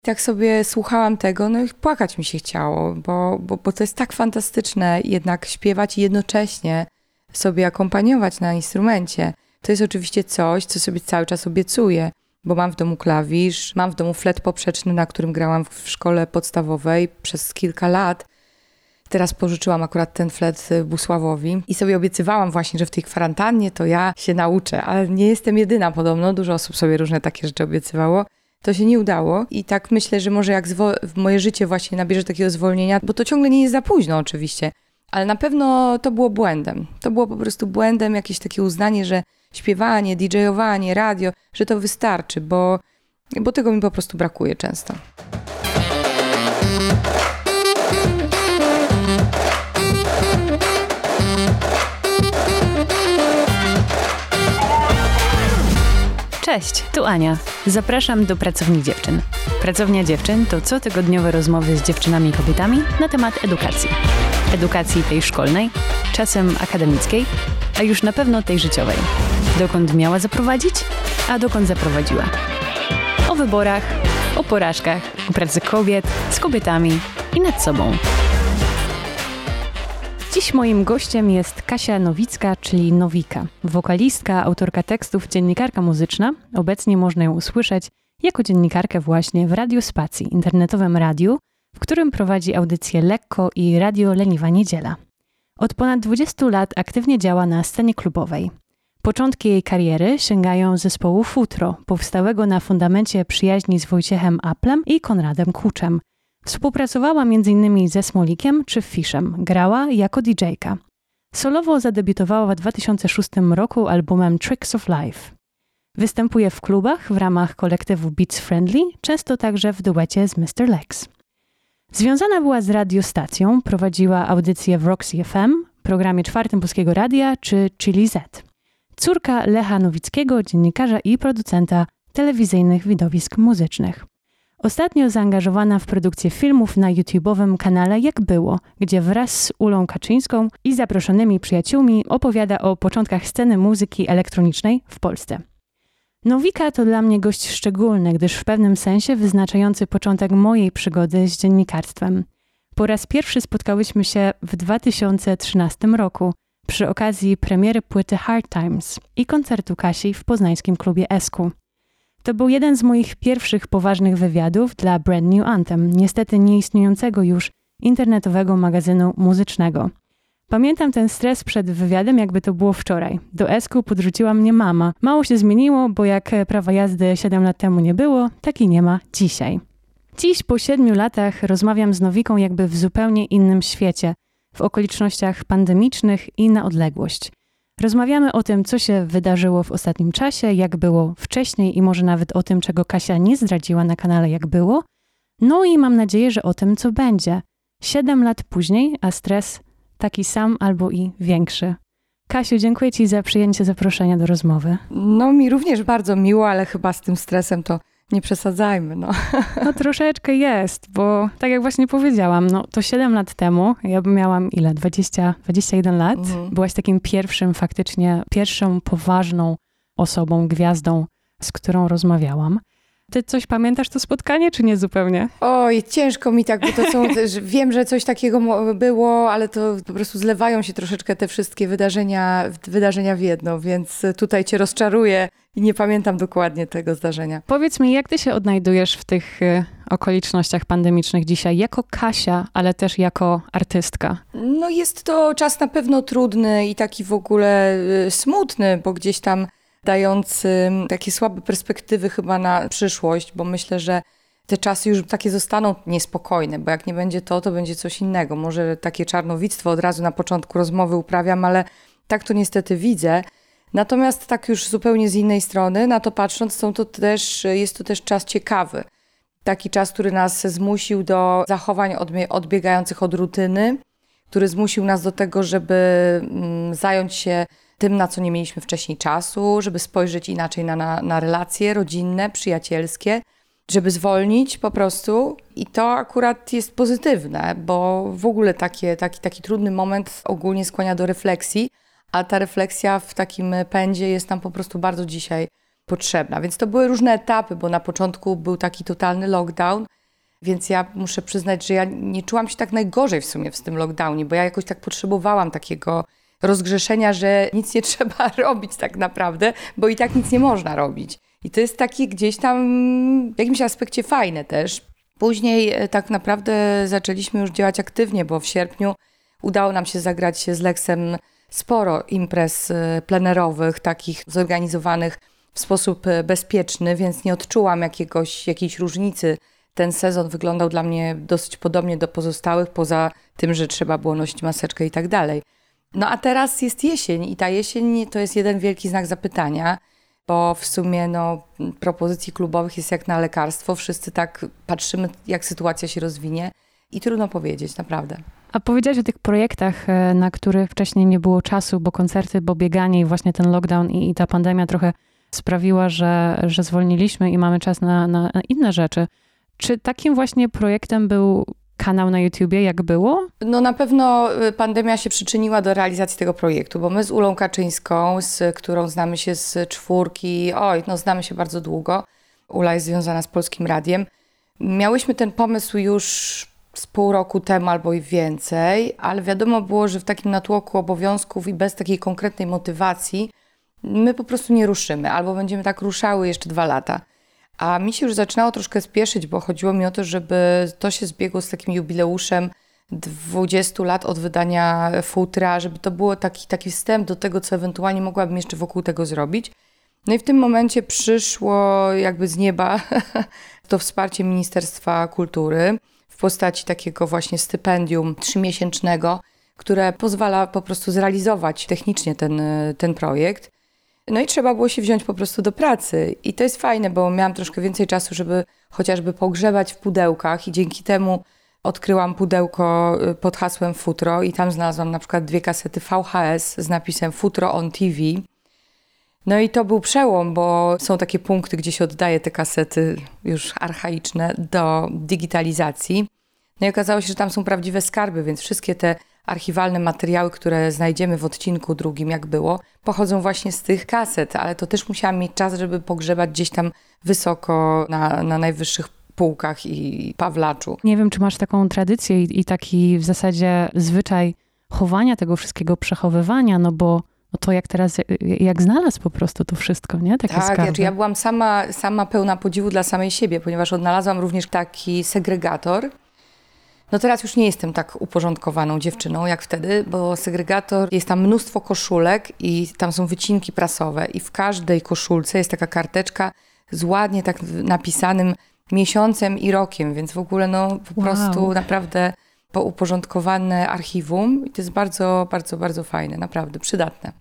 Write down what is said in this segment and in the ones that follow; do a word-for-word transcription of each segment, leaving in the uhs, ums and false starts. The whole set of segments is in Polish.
Tak sobie słuchałam tego, no i płakać mi się chciało, bo, bo, bo to jest tak fantastyczne jednak śpiewać i jednocześnie sobie akompaniować na instrumencie. To jest oczywiście coś, co sobie cały czas obiecuję, bo mam w domu klawisz, mam w domu flet poprzeczny, na którym grałam w szkole podstawowej przez kilka lat. Teraz pożyczyłam akurat ten flet Busławowi i sobie obiecywałam właśnie, że w tej kwarantannie to ja się nauczę, ale nie jestem jedyna podobno, dużo osób sobie różne takie rzeczy obiecywało. To się nie udało i tak myślę, że może jak zwo- moje życie właśnie nabierze takiego zwolnienia, bo to ciągle nie jest za późno oczywiście, ale na pewno to było błędem. To było po prostu błędem, jakieś takie uznanie, że śpiewanie, didżejowanie, radio, że to wystarczy, bo, bo tego mi po prostu brakuje często. Cześć, tu Ania. Zapraszam do Pracowni Dziewczyn. Pracownia Dziewczyn to cotygodniowe rozmowy z dziewczynami i kobietami na temat edukacji. Edukacji tej szkolnej, czasem akademickiej, a już na pewno tej życiowej. Dokąd miała zaprowadzić, a dokąd zaprowadziła. O wyborach, o porażkach, o pracy kobiet, z kobietami i nad sobą. Dziś moim gościem jest Kasia Nowicka, czyli Nowika. Wokalistka, autorka tekstów, dziennikarka muzyczna. Obecnie można ją usłyszeć jako dziennikarkę właśnie w Radio Spacji, internetowym radiu, w którym prowadzi audycję Lekko i Radio Leniwa Niedziela. Od ponad dwudziestu lat aktywnie działa na scenie klubowej. Początki jej kariery sięgają zespołu Futro, powstałego na fundamencie przyjaźni z Wojciechem Applem i Konradem Kuczem. Współpracowała między innymi ze Smolikiem czy Fiszem. Grała jako didżejka. Solowo zadebiutowała w dwa tysiące szóstym roku albumem Tricks of Life. Występuje w klubach w ramach kolektywu Beats Friendly, często także w duecie z mister Lex. Związana była z radiostacją, prowadziła audycje w Roxy F M, programie czwartym Polskiego Radia czy Chili Z. Córka Lecha Nowickiego, dziennikarza i producenta telewizyjnych widowisk muzycznych. Ostatnio zaangażowana w produkcję filmów na YouTube'owym kanale Jak Było, gdzie wraz z Ulą Kaczyńską i zaproszonymi przyjaciółmi opowiada o początkach sceny muzyki elektronicznej w Polsce. Nowika to dla mnie gość szczególny, gdyż w pewnym sensie wyznaczający początek mojej przygody z dziennikarstwem. Po raz pierwszy spotkałyśmy się w dwa tysiące trzynastym roku przy okazji premiery płyty Hard Times i koncertu Kasi w poznańskim klubie Esku. To był jeden z moich pierwszych poważnych wywiadów dla Brand New Anthem, niestety nieistniejącego już internetowego magazynu muzycznego. Pamiętam ten stres przed wywiadem, jakby to było wczoraj. Do Esku podrzuciła mnie mama. Mało się zmieniło, bo jak prawa jazdy siedem lat temu nie było, tak i nie ma dzisiaj. Dziś po siedmiu latach rozmawiam z Nowiką jakby w zupełnie innym świecie, w okolicznościach pandemicznych i na odległość. Rozmawiamy o tym, co się wydarzyło w ostatnim czasie, jak było wcześniej i może nawet o tym, czego Kasia nie zdradziła na kanale Jak Było. No i mam nadzieję, że o tym, co będzie. Siedem lat później, a stres taki sam albo i większy. Kasiu, dziękuję Ci za przyjęcie zaproszenia do rozmowy. No mi również bardzo miło, ale chyba z tym stresem to nie przesadzajmy. No, no troszeczkę jest, bo tak jak właśnie powiedziałam, no to siedem lat temu, ja miałam ile? dwadzieścia, dwadzieścia jeden lat. Mhm. Byłaś takim pierwszym, faktycznie pierwszą poważną osobą, gwiazdą, z którą rozmawiałam. Ty coś pamiętasz to spotkanie, czy nie zupełnie? Oj, ciężko mi tak, bo to są, wiem, że coś takiego było, ale to po prostu zlewają się troszeczkę te wszystkie wydarzenia, wydarzenia w jedno, więc tutaj cię rozczaruję i nie pamiętam dokładnie tego zdarzenia. Powiedz mi, jak ty się odnajdujesz w tych y, okolicznościach pandemicznych dzisiaj, jako Kasia, ale też jako artystka? No jest to czas na pewno trudny i taki w ogóle y, smutny, bo gdzieś tam dający takie słabe perspektywy chyba na przyszłość, bo myślę, że te czasy już takie zostaną niespokojne, bo jak nie będzie to, to będzie coś innego. Może takie czarnowictwo od razu na początku rozmowy uprawiam, ale tak to niestety widzę. Natomiast tak już zupełnie z innej strony, na to patrząc, są to też, jest to też czas ciekawy. Taki czas, który nas zmusił do zachowań odbiegających od rutyny, który zmusił nas do tego, żeby zająć się tym, na co nie mieliśmy wcześniej czasu, żeby spojrzeć inaczej na, na, na relacje rodzinne, przyjacielskie, żeby zwolnić po prostu. I to akurat jest pozytywne, bo w ogóle takie, taki, taki trudny moment ogólnie skłania do refleksji, a ta refleksja w takim pędzie jest nam po prostu bardzo dzisiaj potrzebna. Więc to były różne etapy, bo na początku był taki totalny lockdown, więc ja muszę przyznać, że ja nie czułam się tak najgorzej w sumie w tym lockdownie, bo ja jakoś tak potrzebowałam takiego rozgrzeszenia, że nic nie trzeba robić tak naprawdę, bo i tak nic nie można robić. I to jest takie gdzieś tam w jakimś aspekcie fajne też. Później tak naprawdę zaczęliśmy już działać aktywnie, bo w sierpniu udało nam się zagrać z Lexem sporo imprez plenerowych, takich zorganizowanych w sposób bezpieczny, więc nie odczułam jakiegoś, jakiejś różnicy. Ten sezon wyglądał dla mnie dosyć podobnie do pozostałych, poza tym, że trzeba było nosić maseczkę i tak dalej. No a teraz jest jesień i ta jesień to jest jeden wielki znak zapytania, bo w sumie no, propozycji klubowych jest jak na lekarstwo. Wszyscy tak patrzymy, jak sytuacja się rozwinie i trudno powiedzieć, naprawdę. A powiedziałaś o tych projektach, na których wcześniej nie było czasu, bo koncerty, bo bieganie i właśnie ten lockdown i, i ta pandemia trochę sprawiła, że, że zwolniliśmy i mamy czas na, na inne rzeczy. Czy takim właśnie projektem był kanał na YouTubie, jak było? No na pewno pandemia się przyczyniła do realizacji tego projektu, bo my z Ulą Kaczyńską, z którą znamy się z czwórki, oj, no znamy się bardzo długo. Ula jest związana z Polskim Radiem. Miałyśmy ten pomysł już z pół roku temu albo i więcej, ale wiadomo było, że w takim natłoku obowiązków i bez takiej konkretnej motywacji my po prostu nie ruszymy, albo będziemy tak ruszały jeszcze dwa lata. A mi się już zaczynało troszkę spieszyć, bo chodziło mi o to, żeby to się zbiegło z takim jubileuszem dwudziestu lat od wydania Futra, żeby to było taki, taki wstęp do tego, co ewentualnie mogłabym jeszcze wokół tego zrobić. No i w tym momencie przyszło jakby z nieba to wsparcie Ministerstwa Kultury w postaci takiego właśnie stypendium trzymiesięcznego, które pozwala po prostu zrealizować technicznie ten, ten projekt. No i trzeba było się wziąć po prostu do pracy. I to jest fajne, bo miałam troszkę więcej czasu, żeby chociażby pogrzebać w pudełkach i dzięki temu odkryłam pudełko pod hasłem Futro i tam znalazłam na przykład dwie kasety V H S z napisem Futro on T V. No i to był przełom, bo są takie punkty, gdzie się oddaje te kasety już archaiczne do digitalizacji. No i okazało się, że tam są prawdziwe skarby, więc wszystkie te archiwalne materiały, które znajdziemy w odcinku drugim, jak było, pochodzą właśnie z tych kaset, ale to też musiałam mieć czas, żeby pogrzebać gdzieś tam wysoko na, na najwyższych półkach i pawlaczu. Nie wiem, czy masz taką tradycję i, i taki w zasadzie zwyczaj chowania tego wszystkiego, przechowywania, no bo no to jak teraz, jak znalazł po prostu to wszystko, nie? Takie tak, skarby. Ja, ja byłam sama, sama pełna podziwu dla samej siebie, ponieważ odnalazłam również taki segregator. No teraz już nie jestem tak uporządkowaną dziewczyną jak wtedy, bo segregator, jest tam mnóstwo koszulek i tam są wycinki prasowe i w każdej koszulce jest taka karteczka z ładnie tak napisanym miesiącem i rokiem, więc w ogóle no po wow. prostu naprawdę pouporządkowane archiwum i to jest bardzo, bardzo, bardzo fajne, naprawdę przydatne.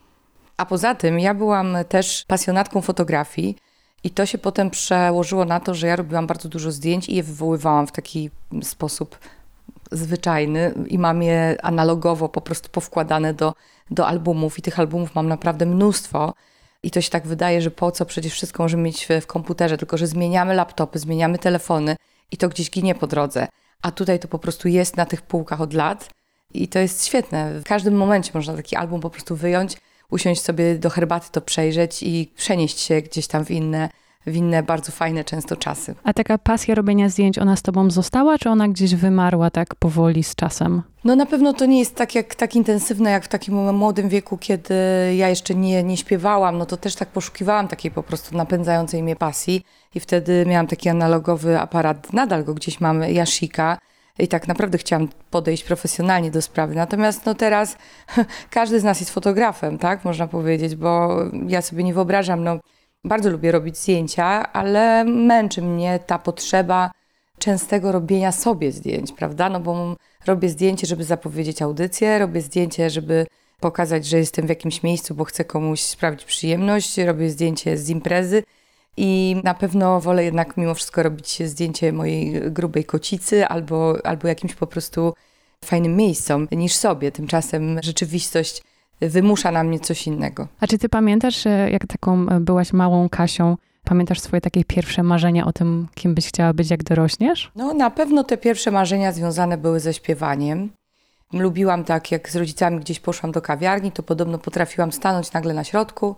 A poza tym ja byłam też pasjonatką fotografii i to się potem przełożyło na to, że ja robiłam bardzo dużo zdjęć i je wywoływałam w taki sposób zwyczajny i mam je analogowo po prostu powkładane do, do albumów i tych albumów mam naprawdę mnóstwo. I to się tak wydaje, że po co przecież wszystko możemy mieć w, w komputerze, tylko że zmieniamy laptopy, zmieniamy telefony i to gdzieś ginie po drodze. A tutaj to po prostu jest na tych półkach od lat i to jest świetne. W każdym momencie można taki album po prostu wyjąć, usiąść sobie do herbaty, to przejrzeć i przenieść się gdzieś tam w inne, w inne bardzo fajne często czasy. A taka pasja robienia zdjęć, ona z tobą została, czy ona gdzieś wymarła tak powoli z czasem? No na pewno to nie jest tak, jak, tak intensywne jak w takim młodym wieku, kiedy ja jeszcze nie, nie śpiewałam, no to też tak poszukiwałam takiej po prostu napędzającej mnie pasji i wtedy miałam taki analogowy aparat, nadal go gdzieś mam, Yashica, i tak naprawdę chciałam podejść profesjonalnie do sprawy. Natomiast no teraz każdy z nas jest fotografem, tak można powiedzieć, bo ja sobie nie wyobrażam, no bardzo lubię robić zdjęcia, ale męczy mnie ta potrzeba częstego robienia sobie zdjęć, prawda? No bo robię zdjęcie, żeby zapowiedzieć audycję, robię zdjęcie, żeby pokazać, że jestem w jakimś miejscu, bo chcę komuś sprawić przyjemność, robię zdjęcie z imprezy i na pewno wolę jednak mimo wszystko robić zdjęcie mojej grubej kocicy albo, albo jakimś po prostu fajnym miejscom niż sobie. Tymczasem rzeczywistość wymusza na mnie coś innego. A czy ty pamiętasz, jak taką byłaś małą Kasią, pamiętasz swoje takie pierwsze marzenia o tym, kim byś chciała być, jak dorośniesz? No na pewno te pierwsze marzenia związane były ze śpiewaniem. Lubiłam tak, jak z rodzicami gdzieś poszłam do kawiarni, to podobno potrafiłam stanąć nagle na środku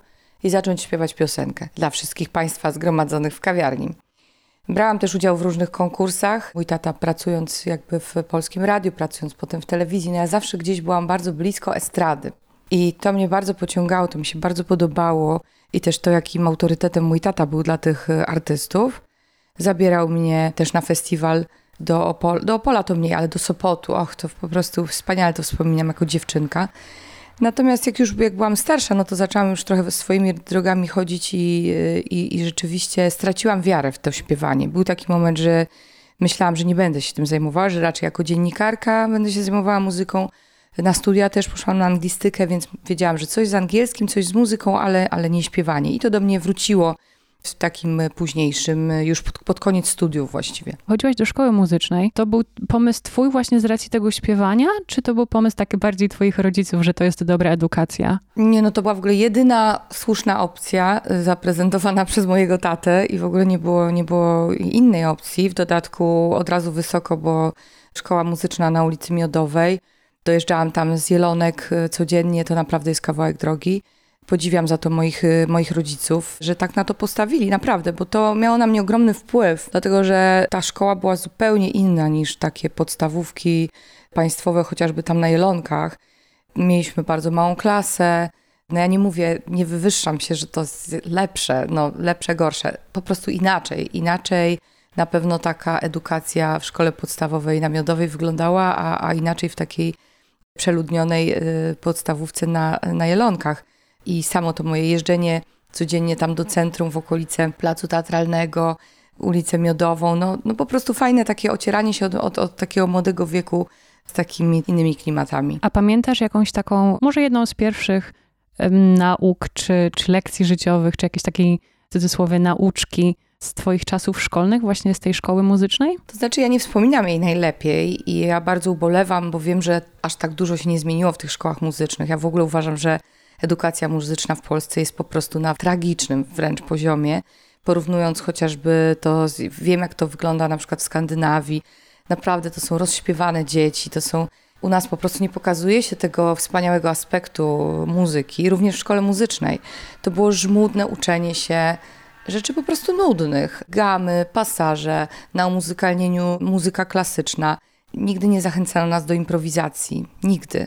i zacząć śpiewać piosenkę dla wszystkich Państwa zgromadzonych w kawiarni. Brałam też udział w różnych konkursach. Mój tata pracując jakby w Polskim Radiu, pracując potem w telewizji, no ja zawsze gdzieś byłam bardzo blisko estrady. I to mnie bardzo pociągało, to mi się bardzo podobało i też to, jakim autorytetem mój tata był dla tych artystów. Zabierał mnie też na festiwal do Opola, do Opola to mniej, ale do Sopotu. Och, to po prostu wspaniale to wspominam jako dziewczynka. Natomiast jak już jak byłam starsza, no to zaczęłam już trochę swoimi drogami chodzić i, i, i rzeczywiście straciłam wiarę w to śpiewanie. Był taki moment, że myślałam, że nie będę się tym zajmowała, że raczej jako dziennikarka będę się zajmowała muzyką. Na studia też poszłam na anglistykę, więc wiedziałam, że coś z angielskim, coś z muzyką, ale, ale nie śpiewanie. I to do mnie wróciło w takim późniejszym, już pod, pod koniec studiów właściwie. Chodziłaś do szkoły muzycznej. To był pomysł twój właśnie z racji tego śpiewania, czy to był pomysł taki bardziej twoich rodziców, że to jest dobra edukacja? Nie, no to była w ogóle jedyna słuszna opcja zaprezentowana przez mojego tatę i w ogóle nie było, nie było innej opcji. W dodatku od razu wysoko, bo szkoła muzyczna na ulicy Miodowej. Dojeżdżałam tam z Jelonek codziennie, to naprawdę jest kawałek drogi. Podziwiam za to moich, moich rodziców, że tak na to postawili, naprawdę, bo to miało na mnie ogromny wpływ, dlatego że ta szkoła była zupełnie inna niż takie podstawówki państwowe, chociażby tam na Jelonkach. Mieliśmy bardzo małą klasę. No ja nie mówię, nie wywyższam się, że to jest lepsze, no lepsze, gorsze. Po prostu inaczej, inaczej. Na pewno taka edukacja w szkole podstawowej na Miodowej wyglądała, a, a inaczej w takiej przeludnionej y, podstawówce na, na Jelonkach. I samo to moje jeżdżenie codziennie tam do centrum, w okolice Placu Teatralnego, ulicę Miodową, no, no po prostu fajne takie ocieranie się od, od, od takiego młodego wieku z takimi innymi klimatami. A pamiętasz jakąś taką, może jedną z pierwszych um, nauk, czy, czy lekcji życiowych, czy jakiejś takiej, w cudzysłowie, nauczki z twoich czasów szkolnych, właśnie z tej szkoły muzycznej? To znaczy ja nie wspominam jej najlepiej i ja bardzo ubolewam, bo wiem, że aż tak dużo się nie zmieniło w tych szkołach muzycznych. Ja w ogóle uważam, że edukacja muzyczna w Polsce jest po prostu na tragicznym wręcz poziomie. Porównując chociażby to, z, wiem jak to wygląda na przykład w Skandynawii. Naprawdę to są rozśpiewane dzieci, to są... U nas po prostu nie pokazuje się tego wspaniałego aspektu muzyki, również w szkole muzycznej. To było żmudne uczenie się rzeczy po prostu nudnych. Gamy, pasaże, na umuzykalnieniu muzyka klasyczna. Nigdy nie zachęcano nas do improwizacji. Nigdy.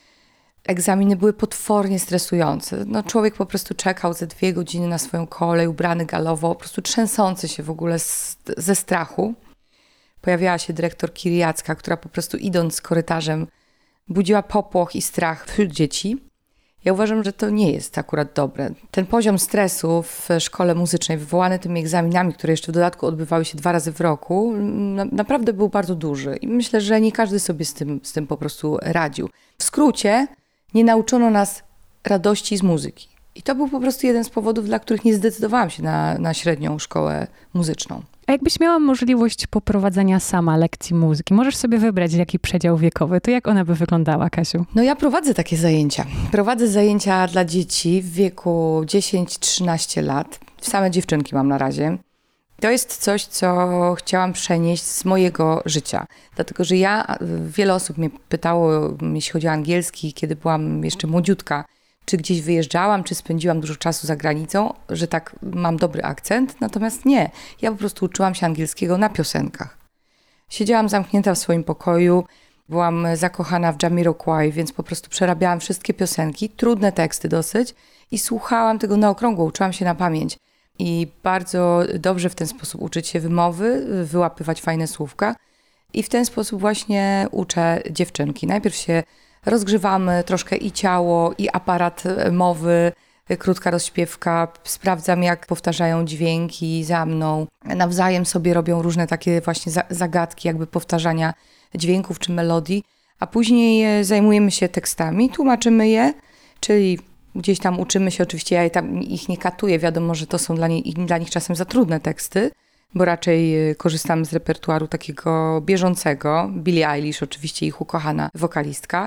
Egzaminy były potwornie stresujące. No, człowiek po prostu czekał ze dwie godziny na swoją kolej, ubrany galowo, po prostu trzęsący się w ogóle z, ze strachu. Pojawiała się dyrektor Kiriacka, która po prostu idąc korytarzem budziła popłoch i strach wśród dzieci. Ja uważam, że to nie jest akurat dobre. Ten poziom stresu w szkole muzycznej wywołany tymi egzaminami, które jeszcze w dodatku odbywały się dwa razy w roku, na, naprawdę był bardzo duży. I myślę, że nie każdy sobie z tym, z tym po prostu radził. W skrócie, nie nauczono nas radości z muzyki. I to był po prostu jeden z powodów, dla których nie zdecydowałam się na, na średnią szkołę muzyczną. A jakbyś miała możliwość poprowadzenia sama lekcji muzyki, możesz sobie wybrać jaki przedział wiekowy, to jak ona by wyglądała, Kasiu? No ja prowadzę takie zajęcia. Prowadzę zajęcia dla dzieci w wieku dziesięć trzynaście lat. Same dziewczynki mam na razie. To jest coś, co chciałam przenieść z mojego życia. Dlatego, że ja, wiele osób mnie pytało, jeśli chodzi o angielski, kiedy byłam jeszcze młodziutka, czy gdzieś wyjeżdżałam, czy spędziłam dużo czasu za granicą, że tak mam dobry akcent. Natomiast nie. Ja po prostu uczyłam się angielskiego na piosenkach. Siedziałam zamknięta w swoim pokoju, byłam zakochana w Jamiroquai, więc po prostu przerabiałam wszystkie piosenki, trudne teksty dosyć i słuchałam tego na okrągło, uczyłam się na pamięć. I bardzo dobrze w ten sposób uczyć się wymowy, wyłapywać fajne słówka. I w ten sposób właśnie uczę dziewczynki. Najpierw się rozgrzewamy troszkę i ciało, i aparat mowy, krótka rozśpiewka. Sprawdzam, jak powtarzają dźwięki za mną. Nawzajem sobie robią różne takie właśnie zagadki, jakby powtarzania dźwięków czy melodii. A później zajmujemy się tekstami, tłumaczymy je, czyli gdzieś tam uczymy się, oczywiście ja tam ich nie katuję, wiadomo, że to są dla, nie, dla nich czasem za trudne teksty, bo raczej korzystamy z repertuaru takiego bieżącego. Billie Eilish, oczywiście ich ukochana wokalistka.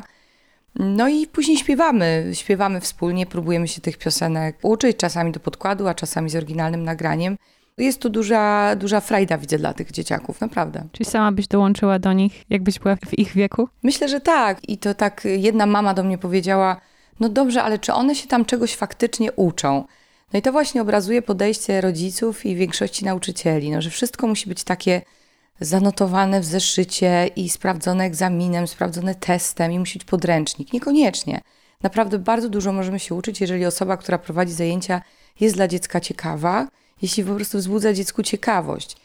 No i później śpiewamy, śpiewamy wspólnie, próbujemy się tych piosenek uczyć, czasami do podkładu, a czasami z oryginalnym nagraniem. Jest to duża, duża frajda, widzę, dla tych dzieciaków, naprawdę. Czyli sama byś dołączyła do nich, jakbyś była w ich wieku? Myślę, że tak. I to tak jedna mama do mnie powiedziała, no dobrze, ale czy one się tam czegoś faktycznie uczą? No i to właśnie obrazuje podejście rodziców i większości nauczycieli, no, że wszystko musi być takie zanotowane w zeszycie i sprawdzone egzaminem, sprawdzone testem i musi być podręcznik. Niekoniecznie. Naprawdę bardzo dużo możemy się uczyć, jeżeli osoba, która prowadzi zajęcia, jest dla dziecka ciekawa, jeśli po prostu wzbudza dziecku ciekawość.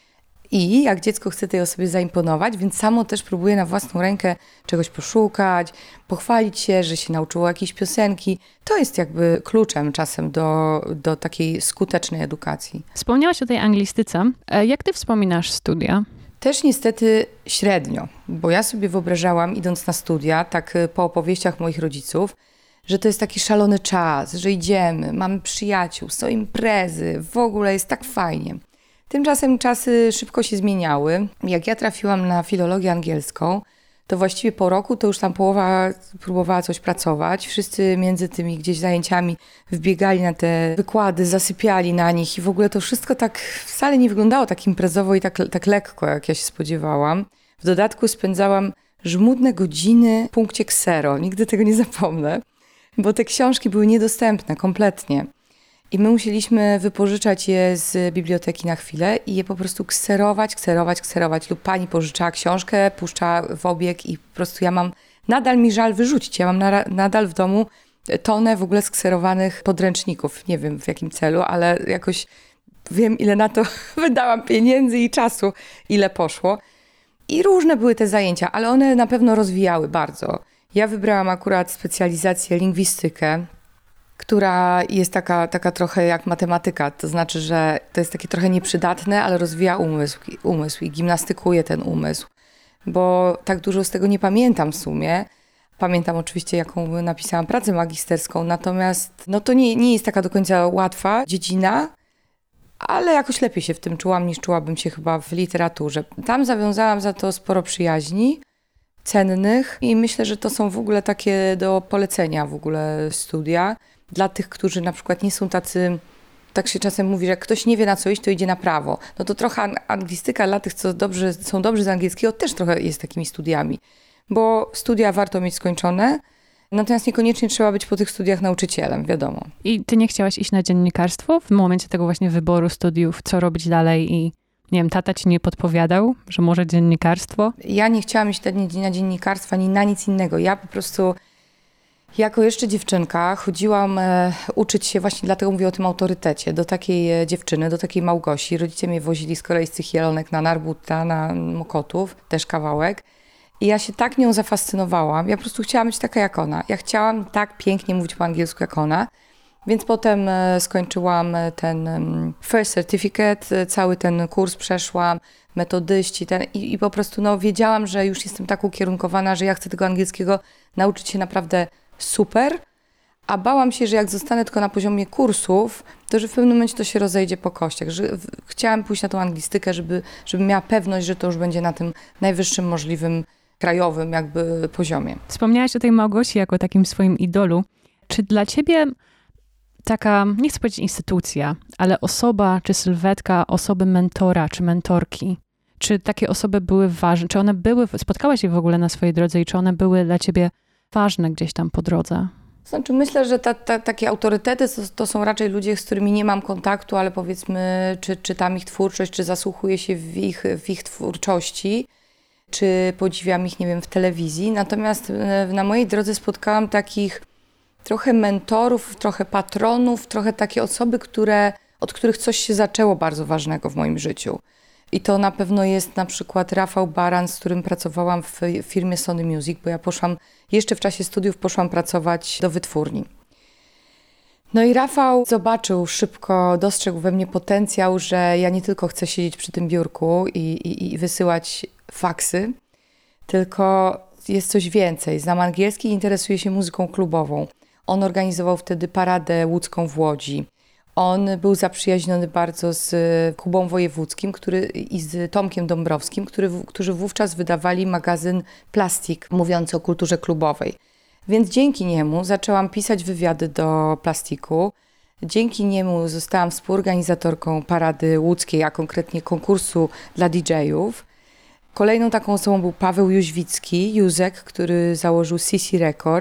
I jak dziecko chce tej osobie zaimponować, więc samo też próbuje na własną rękę czegoś poszukać, pochwalić się, że się nauczyło jakiejś piosenki. To jest jakby kluczem czasem do, do takiej skutecznej edukacji. Wspomniałaś o tej anglistyce. Jak ty wspominasz studia? Też niestety średnio, bo ja sobie wyobrażałam, idąc na studia, tak po opowieściach moich rodziców, że to jest taki szalony czas, że idziemy, mamy przyjaciół, są imprezy, w ogóle jest tak fajnie. Tymczasem czasy szybko się zmieniały. Jak ja trafiłam na filologię angielską, to właściwie po roku to już tam połowa próbowała coś pracować. Wszyscy między tymi gdzieś zajęciami wbiegali na te wykłady, zasypiali na nich i w ogóle to wszystko tak wcale nie wyglądało tak imprezowo i tak, tak lekko, jak ja się spodziewałam. W dodatku spędzałam żmudne godziny w punkcie ksero. Nigdy tego nie zapomnę, bo te książki były niedostępne kompletnie. I my musieliśmy wypożyczać je z biblioteki na chwilę i je po prostu kserować, kserować, kserować. Lub pani pożyczała książkę, puszcza w obieg i po prostu ja mam, nadal mi żal wyrzucić. Ja mam na, nadal w domu tonę w ogóle skserowanych podręczników. Nie wiem w jakim celu, ale jakoś wiem, ile na to wydałam pieniędzy i czasu, ile poszło. I różne były te zajęcia, ale one na pewno rozwijały bardzo. Ja wybrałam akurat specjalizację lingwistykę, która jest taka, taka trochę jak matematyka, to znaczy, że to jest takie trochę nieprzydatne, ale rozwija umysł, umysł i gimnastykuje ten umysł, bo tak dużo z tego nie pamiętam w sumie. Pamiętam oczywiście, jaką napisałam pracę magisterską, natomiast no to nie, nie jest taka do końca łatwa dziedzina, ale jakoś lepiej się w tym czułam, niż czułabym się chyba w literaturze. Tam zawiązałam za to sporo przyjaźni cennych i myślę, że to są w ogóle takie do polecenia w ogóle studia. Dla tych, którzy na przykład nie są tacy, tak się czasem mówi, że jak ktoś nie wie na co iść, to idzie na prawo. No to trochę anglistyka dla tych, co dobrze, są dobrzy z angielskiego, też trochę jest takimi studiami. Bo studia warto mieć skończone, natomiast niekoniecznie trzeba być po tych studiach nauczycielem, wiadomo. I ty nie chciałaś iść na dziennikarstwo w momencie tego właśnie wyboru studiów, co robić dalej i nie wiem, tata ci nie podpowiadał, że może dziennikarstwo? Ja nie chciałam iść na dziennikarstwo ani na nic innego. Ja po prostu jako jeszcze dziewczynka chodziłam e, uczyć się, właśnie dlatego mówię o tym autorytecie, do takiej e, dziewczyny, do takiej Małgosi. Rodzice mnie wozili z kolei z tych Jelonek na Narbuta, na Mokotów, też kawałek. I ja się tak nią zafascynowałam. Ja po prostu chciałam być taka jak ona. Ja chciałam tak pięknie mówić po angielsku jak ona. Więc potem e, skończyłam ten um, first certificate, e, cały ten kurs przeszłam, metodyści ten, i, i po prostu no, wiedziałam, że już jestem tak ukierunkowana, że ja chcę tego angielskiego nauczyć się naprawdę super, a bałam się, że jak zostanę tylko na poziomie kursów, to że w pewnym momencie to się rozejdzie po kościach. Że w, chciałam pójść na tą anglistykę, żeby, żeby miała pewność, że to już będzie na tym najwyższym możliwym krajowym jakby poziomie. Wspomniałaś o tej Małgosi jako takim swoim idolu. Czy dla ciebie taka, nie chcę powiedzieć instytucja, ale osoba czy sylwetka osoby mentora czy mentorki, czy takie osoby były ważne, czy one były, spotkałaś je w ogóle na swojej drodze i czy one były dla ciebie ważne gdzieś tam po drodze? Znaczy myślę, że ta, ta, takie autorytety to, to są raczej ludzie, z którymi nie mam kontaktu, ale powiedzmy, czy czytam ich twórczość, czy zasłuchuję się w ich, w ich twórczości, czy podziwiam ich, nie wiem, w telewizji. Natomiast na mojej drodze spotkałam takich trochę mentorów, trochę patronów, trochę takie osoby, które, od których coś się zaczęło bardzo ważnego w moim życiu. I to na pewno jest na przykład Rafał Baran, z którym pracowałam w firmie Sony Music, bo ja poszłam, jeszcze w czasie studiów poszłam pracować do wytwórni. No i Rafał zobaczył szybko, dostrzegł we mnie potencjał, że ja nie tylko chcę siedzieć przy tym biurku i, i, i wysyłać faksy, tylko jest coś więcej. Znam angielski i interesuję się muzyką klubową. On organizował wtedy paradę łódzką w Łodzi. On był zaprzyjaźniony bardzo z Kubą Wojewódzkim który, i z Tomkiem Dąbrowskim, który, którzy wówczas wydawali magazyn Plastik, mówiący o kulturze klubowej. Więc dzięki niemu zaczęłam pisać wywiady do Plastiku. Dzięki niemu zostałam współorganizatorką parady łódzkiej, a konkretnie konkursu dla didżejów. Kolejną taką osobą był Paweł Jóźwicki, Józek, który założył C C Records.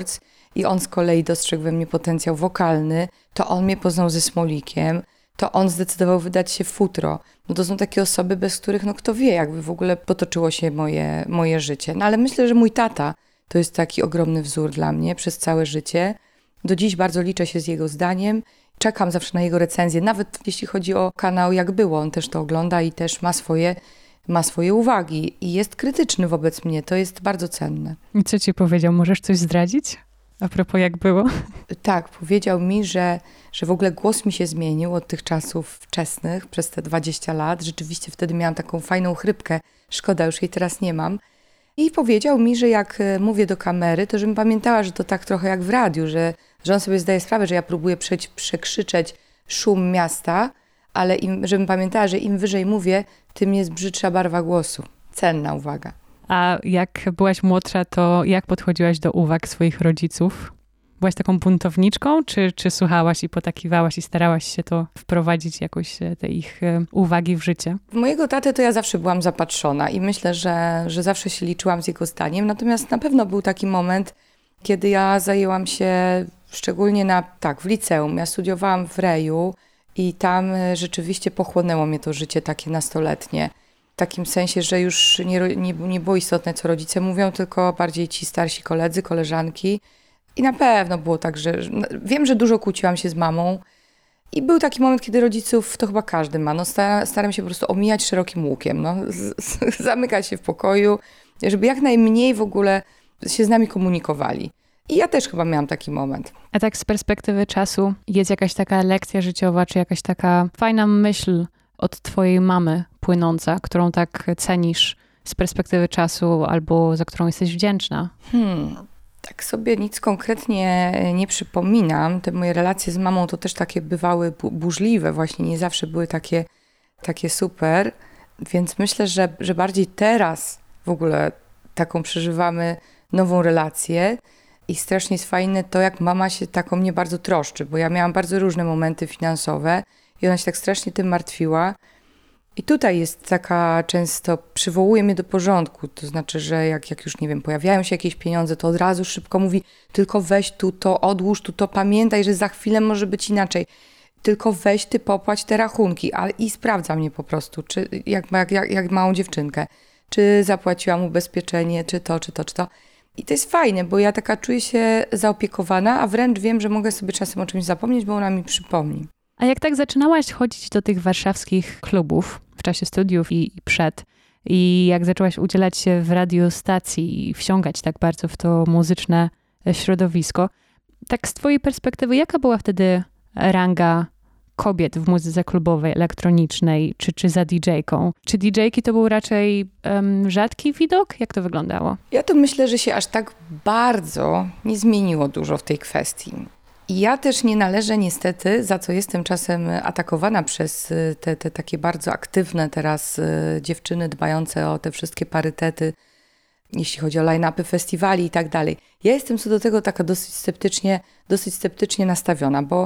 i on z kolei dostrzegł we mnie potencjał wokalny, to on mnie poznał ze Smolikiem, to on zdecydował wydać się w futro. No to są takie osoby, bez których, no kto wie, jakby w ogóle potoczyło się moje, moje życie. No ale myślę, że mój tata to jest taki ogromny wzór dla mnie przez całe życie. Do dziś bardzo liczę się z jego zdaniem. Czekam zawsze na jego recenzję, nawet jeśli chodzi o kanał Jak Było. On też to ogląda i też ma swoje, ma swoje uwagi i jest krytyczny wobec mnie. To jest bardzo cenne. I co ci powiedział? Możesz coś zdradzić? A propos Jak Było? Tak, powiedział mi, że, że w ogóle głos mi się zmienił od tych czasów wczesnych, przez te dwadzieścia lat. Rzeczywiście wtedy miałam taką fajną chrypkę. Szkoda, już jej teraz nie mam. I powiedział mi, że jak mówię do kamery, to żebym pamiętała, że to tak trochę jak w radiu, że, że on sobie zdaje sprawę, że ja próbuję prze, przekrzyczeć szum miasta, ale im, żebym pamiętała, że im wyżej mówię, tym jest brzydsza barwa głosu. Cenna uwaga. A jak byłaś młodsza, to jak podchodziłaś do uwag swoich rodziców? Byłaś taką buntowniczką, czy, czy słuchałaś i potakiwałaś i starałaś się to wprowadzić jakoś, te ich uwagi w życie? W mojego tatę to ja zawsze byłam zapatrzona i myślę, że, że zawsze się liczyłam z jego zdaniem. Natomiast na pewno był taki moment, kiedy ja zajęłam się szczególnie na, tak, w liceum. Ja studiowałam w Reju i tam rzeczywiście pochłonęło mnie to życie takie nastoletnie. W takim sensie, że już nie, nie, nie było istotne, co rodzice mówią, tylko bardziej ci starsi koledzy, koleżanki. I na pewno było tak, że wiem, że dużo kłóciłam się z mamą i był taki moment, kiedy rodziców, to chyba każdy ma, no staram, staram się po prostu omijać szerokim łukiem, no, z, z, zamykać się w pokoju, żeby jak najmniej w ogóle się z nami komunikowali. I ja też chyba miałam taki moment. A tak z perspektywy czasu jest jakaś taka lekcja życiowa, czy jakaś taka fajna myśl od twojej mamy płynąca, którą tak cenisz z perspektywy czasu albo za którą jesteś wdzięczna? Hmm... Tak sobie nic konkretnie nie przypominam. Te moje relacje z mamą to też takie bywały burzliwe, właśnie nie zawsze były takie, takie super. Więc myślę, że, że bardziej teraz w ogóle taką przeżywamy nową relację i strasznie jest fajne to, jak mama się tak o mnie bardzo troszczy, bo ja miałam bardzo różne momenty finansowe i ona się tak strasznie tym martwiła. I tutaj jest taka często, przywołuje mnie do porządku, to znaczy, że jak, jak już, nie wiem, pojawiają się jakieś pieniądze, to od razu szybko mówi, tylko weź tu to, odłóż tu to, pamiętaj, że za chwilę może być inaczej. Tylko weź ty, popłać te rachunki. Ale i sprawdza mnie po prostu, czy jak, jak, jak, jak małą dziewczynkę, czy zapłaciłam ubezpieczenie, czy to, czy to, czy to. I to jest fajne, bo ja taka czuję się zaopiekowana, a wręcz wiem, że mogę sobie czasem o czymś zapomnieć, bo ona mi przypomni. A jak tak zaczynałaś chodzić do tych warszawskich klubów w czasie studiów i, i przed, i jak zaczęłaś udzielać się w radiostacji i wsiągać tak bardzo w to muzyczne środowisko, tak z twojej perspektywy, jaka była wtedy ranga kobiet w muzyce klubowej, elektronicznej, czy, czy za didżejką? Czy didżejki to był raczej um, rzadki widok? Jak to wyglądało? Ja to myślę, że się aż tak bardzo nie zmieniło dużo w tej kwestii. I ja też nie należę niestety, za co jestem czasem atakowana przez te, te takie bardzo aktywne teraz dziewczyny dbające o te wszystkie parytety, jeśli chodzi o line-upy festiwali i tak dalej. Ja jestem co do tego taka dosyć sceptycznie, dosyć sceptycznie nastawiona, bo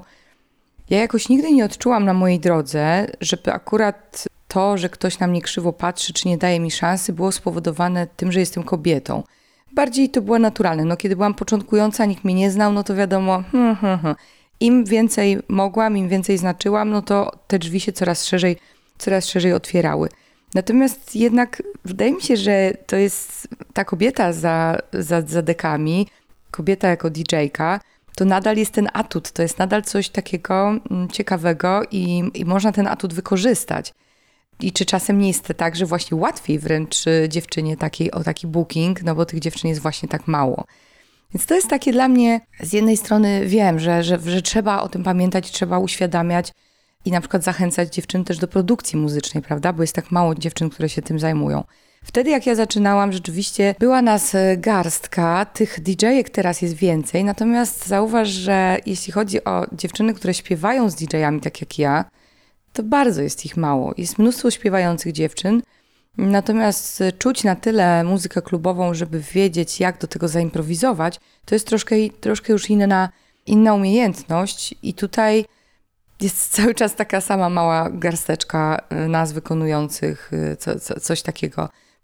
ja jakoś nigdy nie odczułam na mojej drodze, żeby akurat to, że ktoś na mnie krzywo patrzy, czy nie daje mi szansy, było spowodowane tym, że jestem kobietą. Bardziej to było naturalne. No, kiedy byłam początkująca, nikt mnie nie znał, no to wiadomo, hmm, hmm, hmm. im więcej mogłam, im więcej znaczyłam, no to te drzwi się coraz szerzej, coraz szerzej otwierały. Natomiast jednak wydaje mi się, że to jest ta kobieta za, za, za dekami, kobieta jako didżejka, to nadal jest ten atut, to jest nadal coś takiego ciekawego i, i można ten atut wykorzystać. I czy czasem nie jest tak, że właśnie łatwiej wręcz dziewczynie takiej, o taki booking, no bo tych dziewczyn jest właśnie tak mało. Więc to jest takie dla mnie, z jednej strony wiem, że, że, że trzeba o tym pamiętać, trzeba uświadamiać i na przykład zachęcać dziewczyny też do produkcji muzycznej, prawda? Bo jest tak mało dziewczyn, które się tym zajmują. Wtedy jak ja zaczynałam, rzeczywiście była nas garstka, tych didżejek teraz jest więcej, natomiast zauważ, że jeśli chodzi o dziewczyny, które śpiewają z didżejami, tak jak ja, to bardzo jest ich mało. Jest mnóstwo śpiewających dziewczyn, natomiast czuć na tyle muzykę klubową, żeby wiedzieć, jak do tego zaimprowizować, to jest troszkę, troszkę już inna, inna umiejętność i tutaj jest cały czas taka sama mała garsteczka nas wykonujących co, co, coś takiego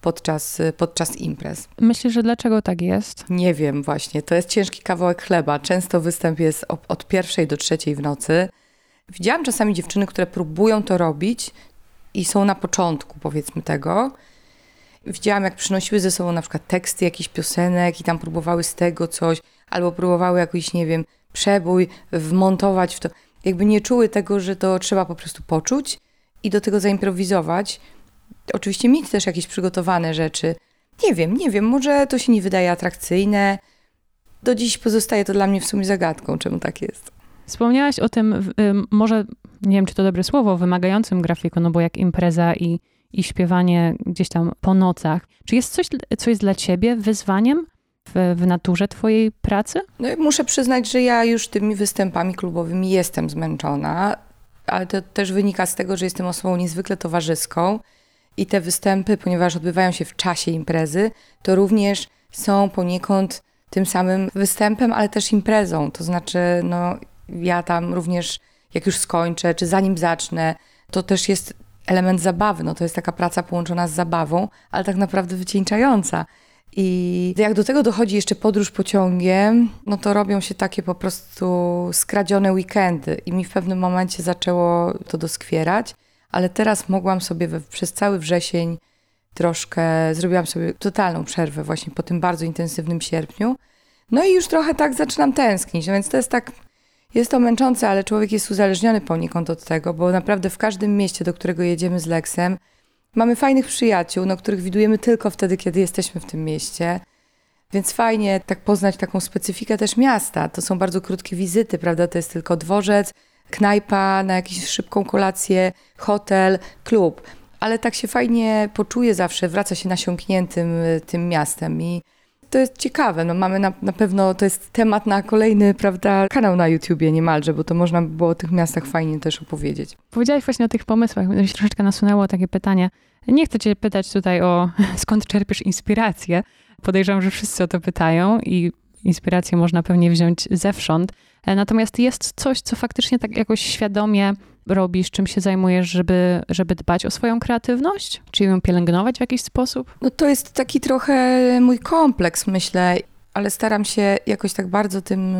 podczas, podczas imprez. Myślisz, że dlaczego tak jest? Nie wiem właśnie, to jest ciężki kawałek chleba. Często występ jest od, od pierwszej do trzeciej w nocy. Widziałam czasami dziewczyny, które próbują to robić i są na początku, powiedzmy, tego. Widziałam, jak przynosiły ze sobą na przykład teksty jakichś piosenek i tam próbowały z tego coś, albo próbowały jakiś, nie wiem, przebój wmontować w to. Jakby nie czuły tego, że to trzeba po prostu poczuć i do tego zaimprowizować. Oczywiście mieć też jakieś przygotowane rzeczy. Nie wiem, nie wiem, może to się nie wydaje atrakcyjne. Do dziś pozostaje to dla mnie w sumie zagadką, czemu tak jest. Wspomniałaś o tym, może, nie wiem, czy to dobre słowo, wymagającym grafiku, no bo jak impreza i, i śpiewanie gdzieś tam po nocach. Czy jest coś, co jest dla ciebie wyzwaniem w, w naturze twojej pracy? No, muszę przyznać, że ja już tymi występami klubowymi jestem zmęczona, ale to też wynika z tego, że jestem osobą niezwykle towarzyską i te występy, ponieważ odbywają się w czasie imprezy, to również są poniekąd tym samym występem, ale też imprezą. To znaczy, no ja tam również, jak już skończę, czy zanim zacznę, to też jest element zabawy. No to jest taka praca połączona z zabawą, ale tak naprawdę wycieńczająca. I jak do tego dochodzi jeszcze podróż pociągiem, no to robią się takie po prostu skradzione weekendy. I mi w pewnym momencie zaczęło to doskwierać, ale teraz mogłam sobie we, przez cały wrzesień troszkę, zrobiłam sobie totalną przerwę właśnie po tym bardzo intensywnym sierpniu. No i już trochę tak zaczynam tęsknić, no więc to jest tak, jest to męczące, ale człowiek jest uzależniony poniekąd od tego, bo naprawdę w każdym mieście, do którego jedziemy z Lexem, mamy fajnych przyjaciół, no, których widujemy tylko wtedy, kiedy jesteśmy w tym mieście. Więc fajnie tak poznać taką specyfikę też miasta. To są bardzo krótkie wizyty, prawda? To jest tylko dworzec, knajpa na jakąś szybką kolację, hotel, klub. Ale tak się fajnie poczuje zawsze, wraca się nasiąkniętym tym miastem i to jest ciekawe. No mamy na, na pewno, to jest temat na kolejny, prawda, kanał na YouTubie niemalże, bo to można by było o tych miastach fajnie też opowiedzieć. Powiedziałaś właśnie o tych pomysłach, mi się troszeczkę nasunęło takie pytanie. Nie chcę cię pytać tutaj o skąd czerpiesz inspirację. Podejrzewam, że wszyscy o to pytają i inspirację można pewnie wziąć zewsząd. Natomiast jest coś, co faktycznie tak jakoś świadomie robisz, czym się zajmujesz, żeby, żeby dbać o swoją kreatywność? Czy ją pielęgnować w jakiś sposób? No to jest taki trochę mój kompleks, myślę, ale staram się jakoś tak bardzo tym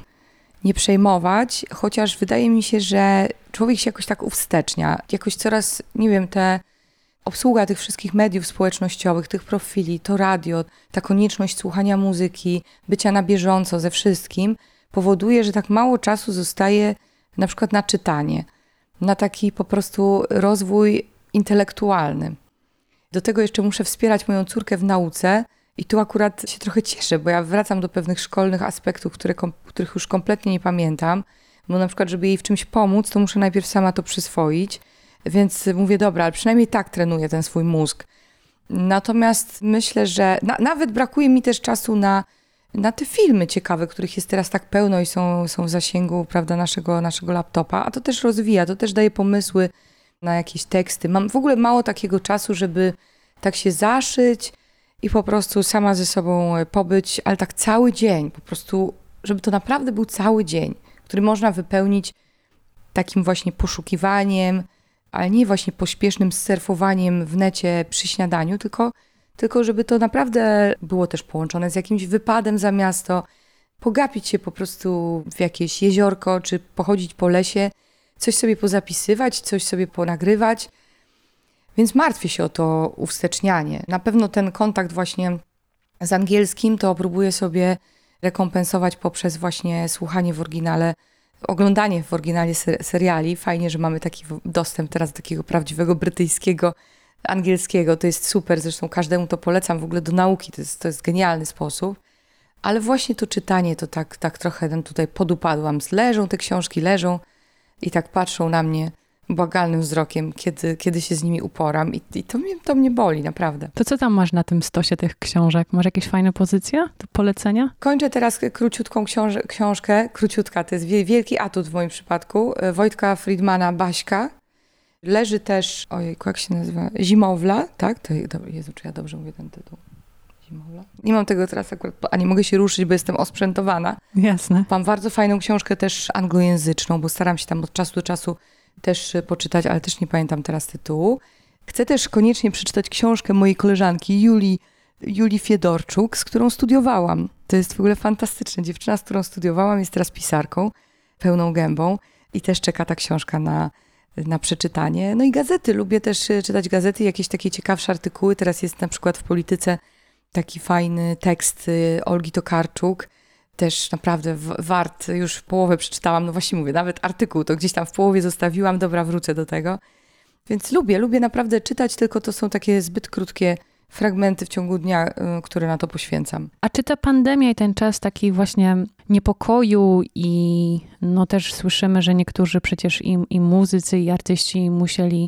nie przejmować, chociaż wydaje mi się, że człowiek się jakoś tak uwstecznia. Jakoś coraz, nie wiem, te obsługa tych wszystkich mediów społecznościowych, tych profili, to radio, ta konieczność słuchania muzyki, bycia na bieżąco ze wszystkim, powoduje, że tak mało czasu zostaje na przykład na czytanie, na taki po prostu rozwój intelektualny. Do tego jeszcze muszę wspierać moją córkę w nauce i tu akurat się trochę cieszę, bo ja wracam do pewnych szkolnych aspektów, które, których już kompletnie nie pamiętam, bo na przykład, żeby jej w czymś pomóc, to muszę najpierw sama to przyswoić, więc mówię, dobra, ale przynajmniej tak trenuję ten swój mózg. Natomiast myślę, że na, nawet brakuje mi też czasu na, na te filmy ciekawe, których jest teraz tak pełno i są, są w zasięgu, prawda, naszego, naszego laptopa, a to też rozwija, to też daje pomysły na jakieś teksty. Mam w ogóle mało takiego czasu, żeby tak się zaszyć i po prostu sama ze sobą pobyć, ale tak cały dzień, po prostu, żeby to naprawdę był cały dzień, który można wypełnić takim właśnie poszukiwaniem, ale nie właśnie pośpiesznym surfowaniem w necie przy śniadaniu, tylko, tylko żeby to naprawdę było też połączone z jakimś wypadem za miasto, pogapić się po prostu w jakieś jeziorko, czy pochodzić po lesie, coś sobie pozapisywać, coś sobie ponagrywać. Więc martwię się o to uwstecznianie. Na pewno ten kontakt właśnie z angielskim to próbuję sobie rekompensować poprzez właśnie słuchanie w oryginale, oglądanie w oryginale seriali. Fajnie, że mamy taki dostęp teraz do takiego prawdziwego brytyjskiego, angielskiego. To jest super, zresztą każdemu to polecam w ogóle do nauki. To jest, to jest genialny sposób. Ale właśnie to czytanie, to tak, tak trochę tutaj podupadłam. Leżą te książki, leżą i tak patrzą na mnie błagalnym wzrokiem, kiedy, kiedy się z nimi uporam. I, i to, mnie, to mnie boli, naprawdę. To co tam masz na tym stosie tych książek? Masz jakieś fajne pozycje do polecenia? Kończę teraz króciutką książ- książkę. Króciutka, to jest wielki atut w moim przypadku. Wojtka Friedmana Baśka. Leży też, ojejku, jak się nazywa? Zimowla, tak? To, Jezu, czy ja dobrze mówię ten tytuł? Zimowla? Nie mam tego teraz akurat, a nie mogę się ruszyć, bo jestem osprzętowana. Jasne. Mam bardzo fajną książkę też anglojęzyczną, bo staram się tam od czasu do czasu też poczytać, ale też nie pamiętam teraz tytułu. Chcę też koniecznie przeczytać książkę mojej koleżanki Julii, Julii Fiedorczuk, z którą studiowałam. To jest w ogóle fantastyczne. Dziewczyna, z którą studiowałam, jest teraz pisarką, pełną gębą i też czeka ta książka na, na przeczytanie. No i gazety. Lubię też czytać gazety, jakieś takie ciekawsze artykuły. Teraz jest na przykład w Polityce taki fajny tekst Olgi Tokarczuk. Też naprawdę w, wart, już w połowę przeczytałam, no właśnie mówię, nawet artykuł to gdzieś tam w połowie zostawiłam, dobra, wrócę do tego. Więc lubię, lubię naprawdę czytać, tylko to są takie zbyt krótkie fragmenty w ciągu dnia, które na to poświęcam. A czy ta pandemia i ten czas taki właśnie niepokoju i no też słyszymy, że niektórzy przecież i, i muzycy, i artyści musieli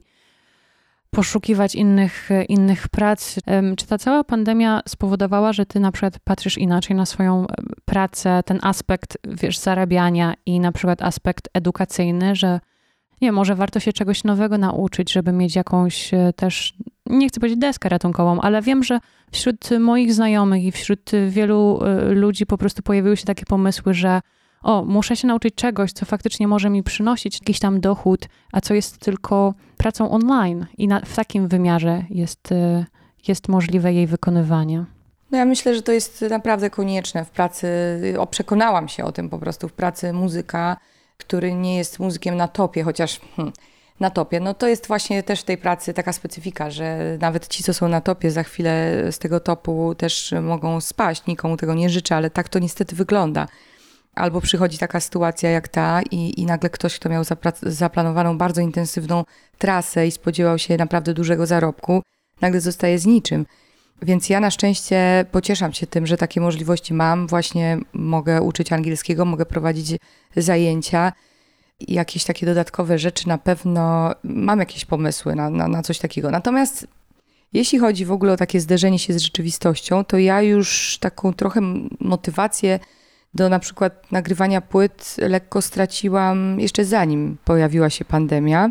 poszukiwać innych, innych prac. Czy ta cała pandemia spowodowała, że ty na przykład patrzysz inaczej na swoją pracę, ten aspekt, wiesz, zarabiania i na przykład aspekt edukacyjny, że nie, może warto się czegoś nowego nauczyć, żeby mieć jakąś też, nie chcę powiedzieć deskę ratunkową, ale wiem, że wśród moich znajomych i wśród wielu ludzi po prostu pojawiły się takie pomysły, że o, muszę się nauczyć czegoś, co faktycznie może mi przynosić jakiś tam dochód, a co jest tylko pracą online i na, w takim wymiarze jest, jest możliwe jej wykonywanie. No ja myślę, że to jest naprawdę konieczne w pracy, o, przekonałam się o tym po prostu, w pracy muzyka, który nie jest muzykiem na topie, chociaż hmm, na topie, no to jest właśnie też w tej pracy taka specyfika, że nawet ci, co są na topie, za chwilę z tego topu też mogą spaść, nikomu tego nie życzę, ale tak to niestety wygląda. Albo przychodzi taka sytuacja jak ta i, i nagle ktoś, kto miał zapra- zaplanowaną bardzo intensywną trasę i spodziewał się naprawdę dużego zarobku, nagle zostaje z niczym. Więc ja na szczęście pocieszam się tym, że takie możliwości mam. Właśnie mogę uczyć angielskiego, mogę prowadzić zajęcia. Jakieś takie dodatkowe rzeczy na pewno mam jakieś pomysły na, na, na coś takiego. Natomiast jeśli chodzi w ogóle o takie zderzenie się z rzeczywistością, to ja już taką trochę motywację do na przykład nagrywania płyt lekko straciłam jeszcze zanim pojawiła się pandemia,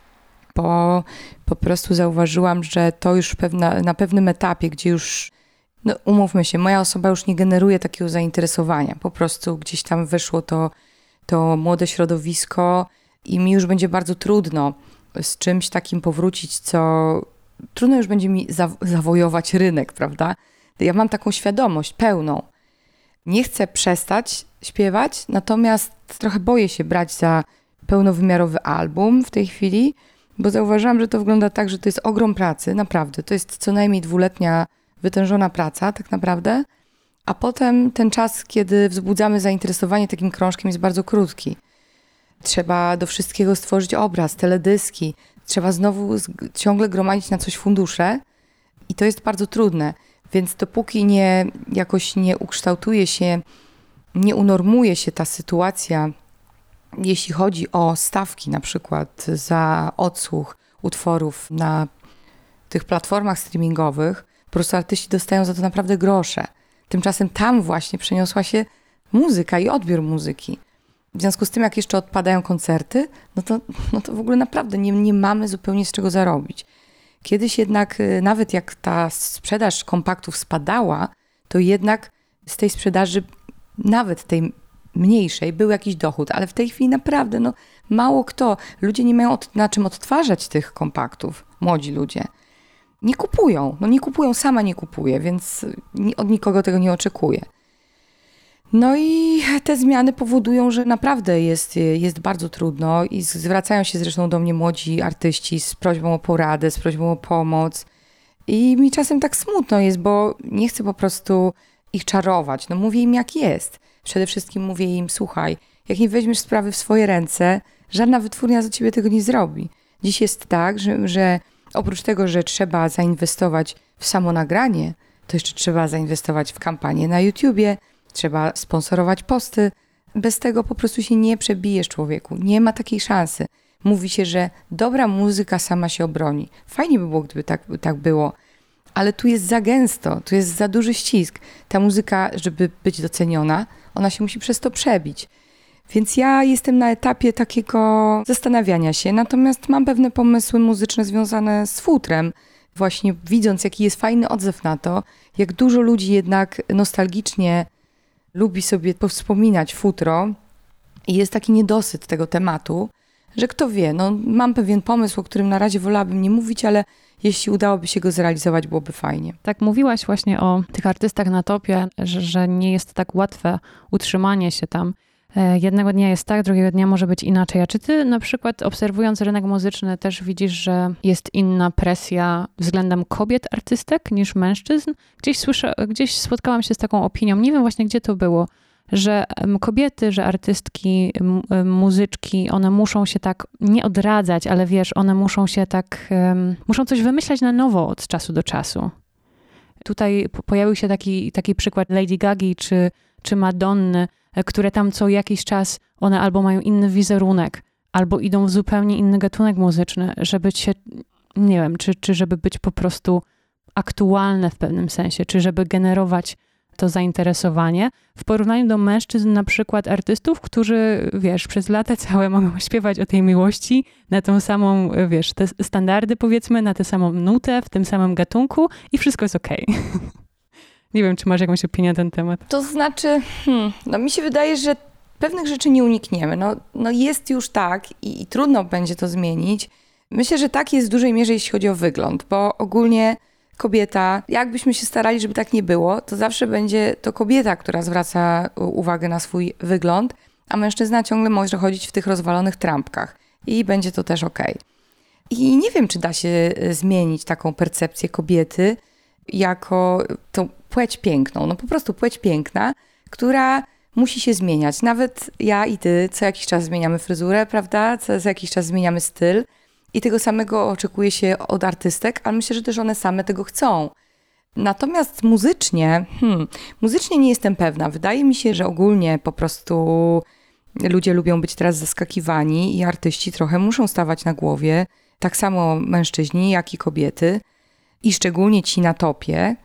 bo po prostu zauważyłam, że to już pewna, na pewnym etapie, gdzie już, no umówmy się, moja osoba już nie generuje takiego zainteresowania. Po prostu gdzieś tam weszło to, to młode środowisko i mi już będzie bardzo trudno z czymś takim powrócić, co trudno już będzie mi za, zawojować rynek, prawda? Ja mam taką świadomość pełną. Nie chcę przestać śpiewać, natomiast trochę boję się brać za pełnowymiarowy album w tej chwili, bo zauważyłam, że to wygląda tak, że to jest ogrom pracy, naprawdę. To jest co najmniej dwuletnia wytężona praca tak naprawdę, a potem ten czas, kiedy wzbudzamy zainteresowanie takim krążkiem, jest bardzo krótki. Trzeba do wszystkiego stworzyć obraz, teledyski, trzeba znowu ciągle gromadzić na coś fundusze i to jest bardzo trudne. Więc dopóki nie, jakoś nie ukształtuje się, nie unormuje się ta sytuacja, jeśli chodzi o stawki na przykład za odsłuch utworów na tych platformach streamingowych, po prostu artyści dostają za to naprawdę grosze. Tymczasem tam właśnie przeniosła się muzyka i odbiór muzyki. W związku z tym, jak jeszcze odpadają koncerty, no to, no to w ogóle naprawdę nie, nie mamy zupełnie z czego zarobić. Kiedyś jednak, nawet jak ta sprzedaż kompaktów spadała, to jednak z tej sprzedaży, nawet tej mniejszej, był jakiś dochód, ale w tej chwili naprawdę, no mało kto, ludzie nie mają od, na czym odtwarzać tych kompaktów, młodzi ludzie. Nie kupują, no nie kupują, sama nie kupuję, więc od nikogo tego nie oczekuję. No i te zmiany powodują, że naprawdę jest, jest bardzo trudno i zwracają się zresztą do mnie młodzi artyści z prośbą o poradę, z prośbą o pomoc i mi czasem tak smutno jest, bo nie chcę po prostu ich czarować, no mówię im jak jest. Przede wszystkim mówię im, słuchaj, jak nie weźmiesz sprawy w swoje ręce, żadna wytwórnia za ciebie tego nie zrobi. Dziś jest tak, że, że oprócz tego, że trzeba zainwestować w samo nagranie, to jeszcze trzeba zainwestować w kampanię na YouTubie, trzeba sponsorować posty. Bez tego po prostu się nie przebijesz, człowieku. Nie ma takiej szansy. Mówi się, że dobra muzyka sama się obroni. Fajnie by było, gdyby tak, tak było. Ale tu jest za gęsto, tu jest za duży ścisk. Ta muzyka, żeby być doceniona, ona się musi przez to przebić. Więc ja jestem na etapie takiego zastanawiania się. Natomiast mam pewne pomysły muzyczne związane z futrem. Właśnie widząc, jaki jest fajny odzew na to, jak dużo ludzi jednak nostalgicznie lubi sobie powspominać futro i jest taki niedosyt tego tematu, że kto wie, no mam pewien pomysł, o którym na razie wolałabym nie mówić, ale jeśli udałoby się go zrealizować, byłoby fajnie. Tak mówiłaś właśnie o tych artystach na topie, że, że nie jest tak łatwe utrzymanie się tam. Jednego dnia jest tak, drugiego dnia może być inaczej. A czy ty na przykład obserwując rynek muzyczny też widzisz, że jest inna presja względem kobiet artystek niż mężczyzn? Gdzieś słyszę, gdzieś spotkałam się z taką opinią, nie wiem właśnie gdzie to było, że kobiety, że artystki, muzyczki, one muszą się tak nie odradzać, ale wiesz, one muszą się tak, um, muszą coś wymyślać na nowo od czasu do czasu. Tutaj pojawił się taki, taki przykład Lady Gagi czy, czy Madonny, które tam co jakiś czas one albo mają inny wizerunek, albo idą w zupełnie inny gatunek muzyczny, żeby się, nie wiem, czy, czy żeby być po prostu aktualne w pewnym sensie, czy żeby generować to zainteresowanie w porównaniu do mężczyzn, na przykład artystów, którzy, wiesz, przez lata całe mogą śpiewać o tej miłości na tą samą, wiesz, te standardy powiedzmy, na tę samą nutę, w tym samym gatunku i wszystko jest okej. Okay. Nie wiem, czy masz jakąś opinię na ten temat. To znaczy, hmm, no mi się wydaje, że pewnych rzeczy nie unikniemy. No, no jest już tak i, i trudno będzie to zmienić. Myślę, że tak jest w dużej mierze, jeśli chodzi o wygląd, bo ogólnie kobieta, jakbyśmy się starali, żeby tak nie było, to zawsze będzie to kobieta, która zwraca uwagę na swój wygląd, a mężczyzna ciągle może chodzić w tych rozwalonych trampkach i będzie to też okej. I nie wiem, czy da się zmienić taką percepcję kobiety jako tą płeć piękną, no po prostu płeć piękna, która musi się zmieniać. Nawet ja i ty co jakiś czas zmieniamy fryzurę, prawda? Co, co jakiś czas zmieniamy styl i tego samego oczekuje się od artystek, ale myślę, że też one same tego chcą. Natomiast muzycznie, hmm, muzycznie nie jestem pewna. Wydaje mi się, że ogólnie po prostu ludzie lubią być teraz zaskakiwani i artyści trochę muszą stawać na głowie, tak samo mężczyźni, jak i kobiety i szczególnie ci na topie,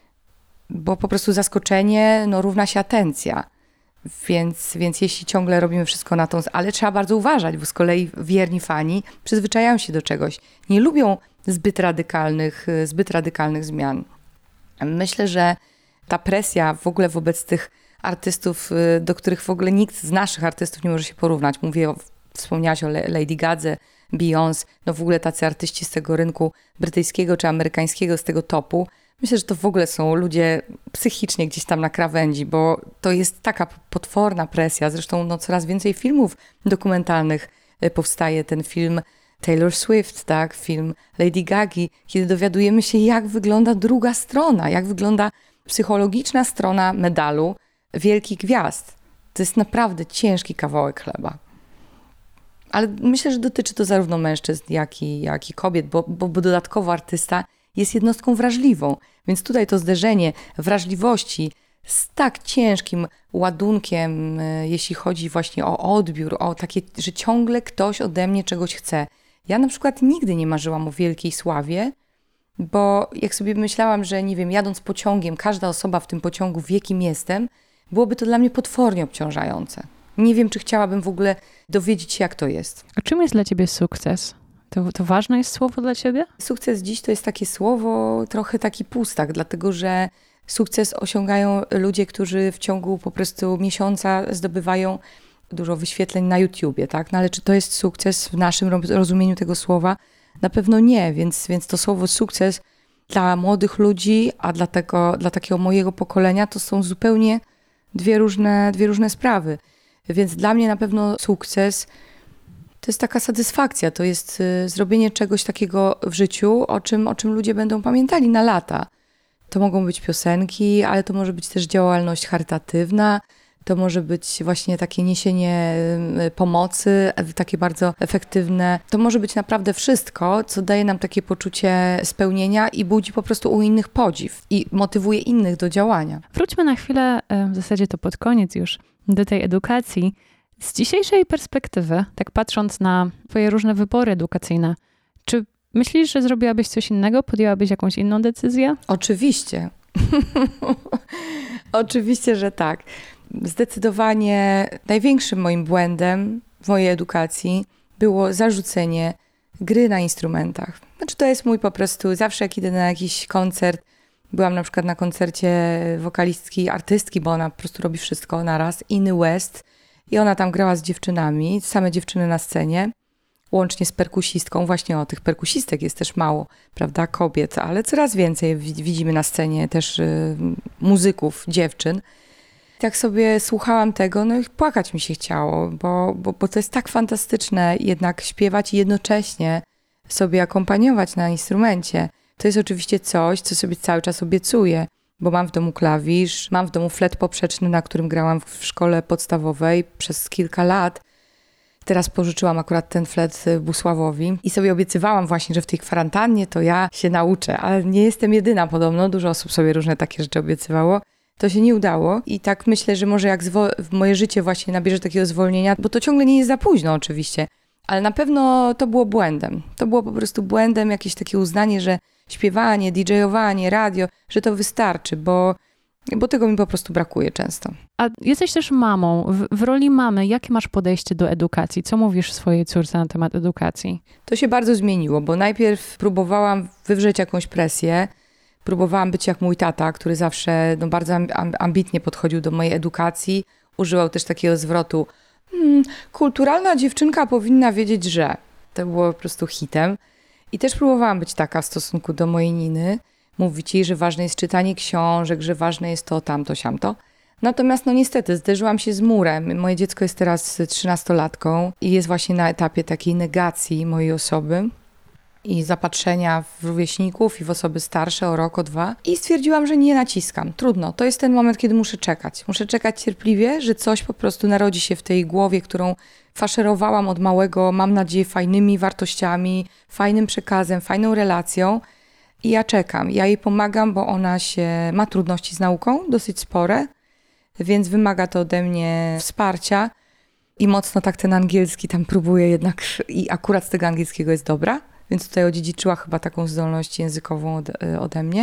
bo po prostu zaskoczenie no, równa się atencja. Więc, więc jeśli ciągle robimy wszystko na tą... Ale trzeba bardzo uważać, bo z kolei wierni fani przyzwyczajają się do czegoś. Nie lubią zbyt radykalnych, zbyt radykalnych zmian. Myślę, że ta presja w ogóle wobec tych artystów, do których w ogóle nikt z naszych artystów nie może się porównać. Mówię, o, wspomniałaś o Lady Gadze, Beyoncé, no w ogóle tacy artyści z tego rynku brytyjskiego czy amerykańskiego, z tego topu. Myślę, że to w ogóle są ludzie psychicznie gdzieś tam na krawędzi, bo to jest taka potworna presja. Zresztą no, coraz więcej filmów dokumentalnych powstaje. Ten film Taylor Swift, tak, film Lady Gagi, kiedy dowiadujemy się, jak wygląda druga strona, jak wygląda psychologiczna strona medalu wielkich gwiazd. To jest naprawdę ciężki kawałek chleba. Ale myślę, że dotyczy to zarówno mężczyzn, jak i, jak i kobiet, bo, bo, bo dodatkowo artysta jest jednostką wrażliwą. Więc tutaj to zderzenie wrażliwości z tak ciężkim ładunkiem, jeśli chodzi właśnie o odbiór, o takie, że ciągle ktoś ode mnie czegoś chce. Ja na przykład nigdy nie marzyłam o wielkiej sławie, bo jak sobie myślałam, że nie wiem, jadąc pociągiem, każda osoba w tym pociągu wie, kim jestem, byłoby to dla mnie potwornie obciążające. Nie wiem, czy chciałabym w ogóle dowiedzieć się, jak to jest. A czym jest dla ciebie sukces? To, to ważne jest słowo dla ciebie? Sukces dziś to jest takie słowo, trochę taki pustak, dlatego że sukces osiągają ludzie, którzy w ciągu po prostu miesiąca zdobywają dużo wyświetleń na YouTubie, tak? No ale czy to jest sukces w naszym rozumieniu tego słowa? Na pewno nie, więc, więc to słowo sukces dla młodych ludzi, a dla, tego, dla takiego mojego pokolenia to są zupełnie dwie różne, dwie różne sprawy. Więc dla mnie na pewno sukces to jest taka satysfakcja, to jest y, zrobienie czegoś takiego w życiu, o czym, o czym ludzie będą pamiętali na lata. To mogą być piosenki, ale to może być też działalność charytatywna, to może być właśnie takie niesienie y, pomocy, takie bardzo efektywne. To może być naprawdę wszystko, co daje nam takie poczucie spełnienia i budzi po prostu u innych podziw i motywuje innych do działania. Wróćmy na chwilę, w zasadzie to pod koniec już, do tej edukacji. Z dzisiejszej perspektywy, tak patrząc na twoje różne wybory edukacyjne, czy myślisz, że zrobiłabyś coś innego? Podjęłabyś jakąś inną decyzję? Oczywiście. Oczywiście, że tak. Zdecydowanie największym moim błędem w mojej edukacji było zarzucenie gry na instrumentach. Znaczy to jest mój po prostu, zawsze jak idę na jakiś koncert, byłam na przykład na koncercie wokalistki, artystki, bo ona po prostu robi wszystko naraz, Inny West, i ona tam grała z dziewczynami, same dziewczyny na scenie. łącznie z perkusistką. Właśnie o tych perkusistek jest też mało, prawda, kobiet, ale coraz więcej widzimy na scenie też y, muzyków, dziewczyn. Tak sobie słuchałam tego, no i płakać mi się chciało, bo, bo, bo to jest tak fantastyczne jednak śpiewać i jednocześnie sobie akompaniować na instrumencie. To jest oczywiście coś, co sobie cały czas obiecuję, bo mam w domu klawisz, mam w domu flet poprzeczny, na którym grałam w szkole podstawowej przez kilka lat. Teraz pożyczyłam akurat ten flet Busławowi i sobie obiecywałam właśnie, że w tej kwarantannie to ja się nauczę, ale nie jestem jedyna podobno, dużo osób sobie różne takie rzeczy obiecywało. To się nie udało i tak myślę, że może jak zwo- moje życie właśnie nabierze takiego zwolnienia, bo to ciągle nie jest za późno oczywiście, ale na pewno to było błędem. To było po prostu błędem, jakieś takie uznanie, że śpiewanie, didżejowanie, radio, że to wystarczy, bo, bo tego mi po prostu brakuje często. A jesteś też mamą. W, w roli mamy, jakie masz podejście do edukacji? Co mówisz swojej córce na temat edukacji? To się bardzo zmieniło, bo najpierw próbowałam wywrzeć jakąś presję. Próbowałam być jak mój tata, który zawsze no, bardzo ambitnie podchodził do mojej edukacji. Używał też takiego zwrotu hmm, kulturalna dziewczynka powinna wiedzieć, że. To było po prostu hitem. I też próbowałam być taka w stosunku do mojej Niny. Mówić jej, że ważne jest czytanie książek, że ważne jest to, tamto, siamto. Natomiast no niestety zderzyłam się z murem. Moje dziecko jest teraz trzynastolatką i jest właśnie na etapie takiej negacji mojej osoby i zapatrzenia w rówieśników i w osoby starsze o rok, o dwa. I stwierdziłam, że nie naciskam. Trudno. To jest ten moment, kiedy muszę czekać. Muszę czekać cierpliwie, że coś po prostu narodzi się w tej głowie, którą faszerowałam od małego, mam nadzieję, fajnymi wartościami, fajnym przekazem, fajną relacją. I ja czekam. Ja jej pomagam, bo ona się ma trudności z nauką, dosyć spore, więc wymaga to ode mnie wsparcia. I mocno tak ten angielski tam próbuję jednak, i akurat z tego angielskiego jest dobra. Więc tutaj odziedziczyła chyba taką zdolność językową ode, ode mnie.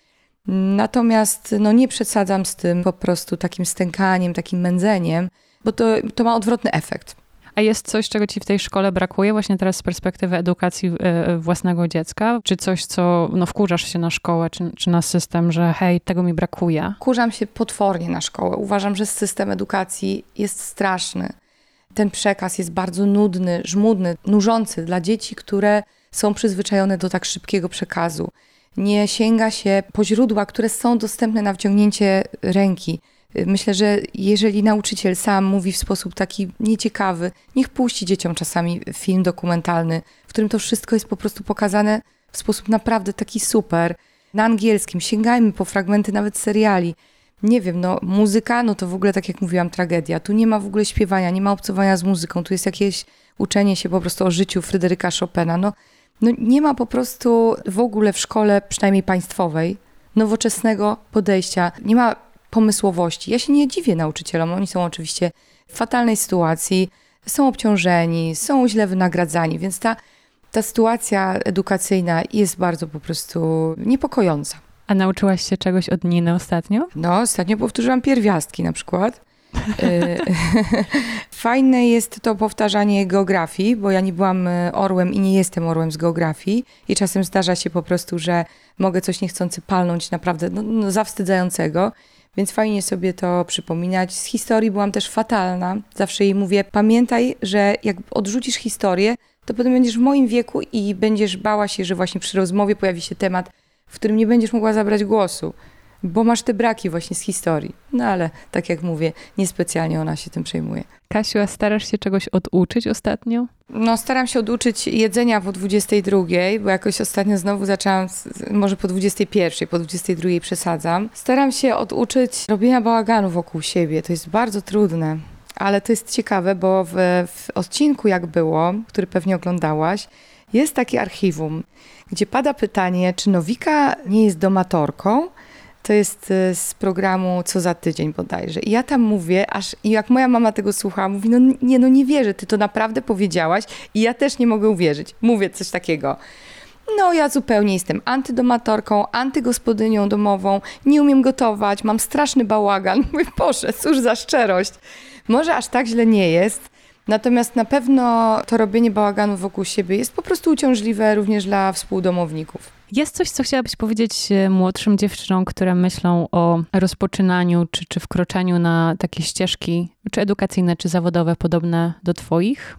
Natomiast no, nie przesadzam z tym po prostu takim stękaniem, takim mędzeniem, bo to, to ma odwrotny efekt. A jest coś, czego ci w tej szkole brakuje właśnie teraz z perspektywy edukacji własnego dziecka? Czy coś, co no, wkurzasz się na szkołę, czy, czy na system, że hej, tego mi brakuje? Wkurzam się potwornie na szkołę. Uważam, że system edukacji jest straszny. Ten przekaz jest bardzo nudny, żmudny, nużący dla dzieci, które są przyzwyczajone do tak szybkiego przekazu. Nie sięga się po źródła, które są dostępne na wciągnięcie ręki. Myślę, że jeżeli nauczyciel sam mówi w sposób taki nieciekawy, niech puści dzieciom czasami film dokumentalny, w którym to wszystko jest po prostu pokazane w sposób naprawdę taki super. Na angielskim sięgajmy po fragmenty nawet seriali. Nie wiem, no muzyka, no to w ogóle tak jak mówiłam, tragedia. Tu nie ma w ogóle śpiewania, nie ma obcowania z muzyką. Tu jest jakieś uczenie się po prostu o życiu Fryderyka Chopina. No, no nie ma po prostu w ogóle w szkole, przynajmniej państwowej, nowoczesnego podejścia. Nie ma pomysłowości. Ja się nie dziwię nauczycielom. Oni są oczywiście w fatalnej sytuacji, są obciążeni, są źle wynagradzani, więc ta, ta sytuacja edukacyjna jest bardzo po prostu niepokojąca. A nauczyłaś się czegoś od Niny ostatnio? No, ostatnio powtórzyłam pierwiastki na przykład. Fajne jest to powtarzanie geografii, bo ja nie byłam orłem i nie jestem orłem z geografii i czasem zdarza się po prostu, że mogę coś niechcący palnąć naprawdę no, no, zawstydzającego, więc fajnie sobie to przypominać. Z historii byłam też fatalna. Zawsze jej mówię, pamiętaj, że jak odrzucisz historię, to potem będziesz w moim wieku i będziesz bała się, że właśnie przy rozmowie pojawi się temat, w którym nie będziesz mogła zabrać głosu, bo masz te braki właśnie z historii. No ale tak jak mówię, niespecjalnie ona się tym przejmuje. Kasiu, a starasz się czegoś oduczyć ostatnio? No staram się oduczyć jedzenia po dwudziestej drugiej, bo jakoś ostatnio znowu zaczęłam, może po dwudziestej pierwszej, po dwudziestej drugiej przesadzam. Staram się oduczyć robienia bałaganu wokół siebie. To jest bardzo trudne, ale to jest ciekawe, bo w, w odcinku Jak było, który pewnie oglądałaś, jest takie archiwum, gdzie pada pytanie, czy Nowika nie jest domatorką. To jest z programu Co za tydzień bodajże. I ja tam mówię, aż i jak moja mama tego słuchała, mówi, no nie, no nie wierzę, ty to naprawdę powiedziałaś i ja też nie mogę uwierzyć. Mówię coś takiego. No ja zupełnie jestem antydomatorką, antygospodynią domową, nie umiem gotować, mam straszny bałagan. Mówię, Boże, cóż za szczerość. Może aż tak źle nie jest. Natomiast na pewno to robienie bałaganu wokół siebie jest po prostu uciążliwe również dla współdomowników. Jest coś, co chciałabyś powiedzieć młodszym dziewczynom, które myślą o rozpoczynaniu czy, czy wkroczeniu na takie ścieżki, czy edukacyjne, czy zawodowe, podobne do twoich?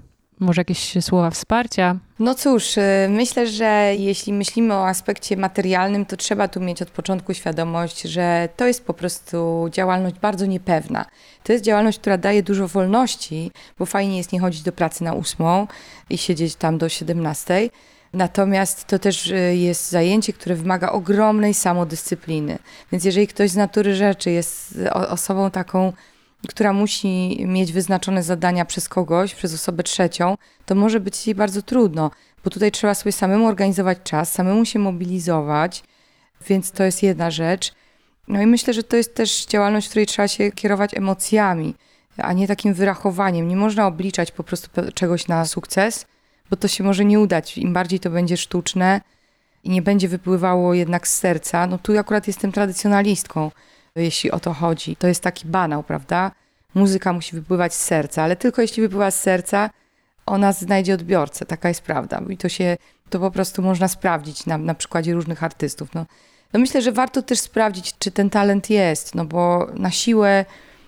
Może jakieś słowa wsparcia? No cóż, myślę, że jeśli myślimy o aspekcie materialnym, to trzeba tu mieć od początku świadomość, że to jest po prostu działalność bardzo niepewna. To jest działalność, która daje dużo wolności, bo fajnie jest nie chodzić do pracy na ósmą i siedzieć tam do siedemnastej. Natomiast to też jest zajęcie, które wymaga ogromnej samodyscypliny. Więc jeżeli ktoś z natury rzeczy jest osobą taką, która musi mieć wyznaczone zadania przez kogoś, przez osobę trzecią, to może być jej bardzo trudno, bo tutaj trzeba sobie samemu organizować czas, samemu się mobilizować, więc to jest jedna rzecz. No i myślę, że to jest też działalność, w której trzeba się kierować emocjami, a nie takim wyrachowaniem. Nie można obliczać po prostu czegoś na sukces, bo to się może nie udać. Im bardziej to będzie sztuczne i nie będzie wypływało jednak z serca, no tu akurat jestem tradycjonalistką, jeśli o to chodzi. To jest taki banał, prawda? Muzyka musi wypływać z serca, ale tylko jeśli wypływa z serca, ona znajdzie odbiorcę. Taka jest prawda. I to się, to po prostu można sprawdzić na, na przykładzie różnych artystów. No, no myślę, że warto też sprawdzić, czy ten talent jest, no bo na siłę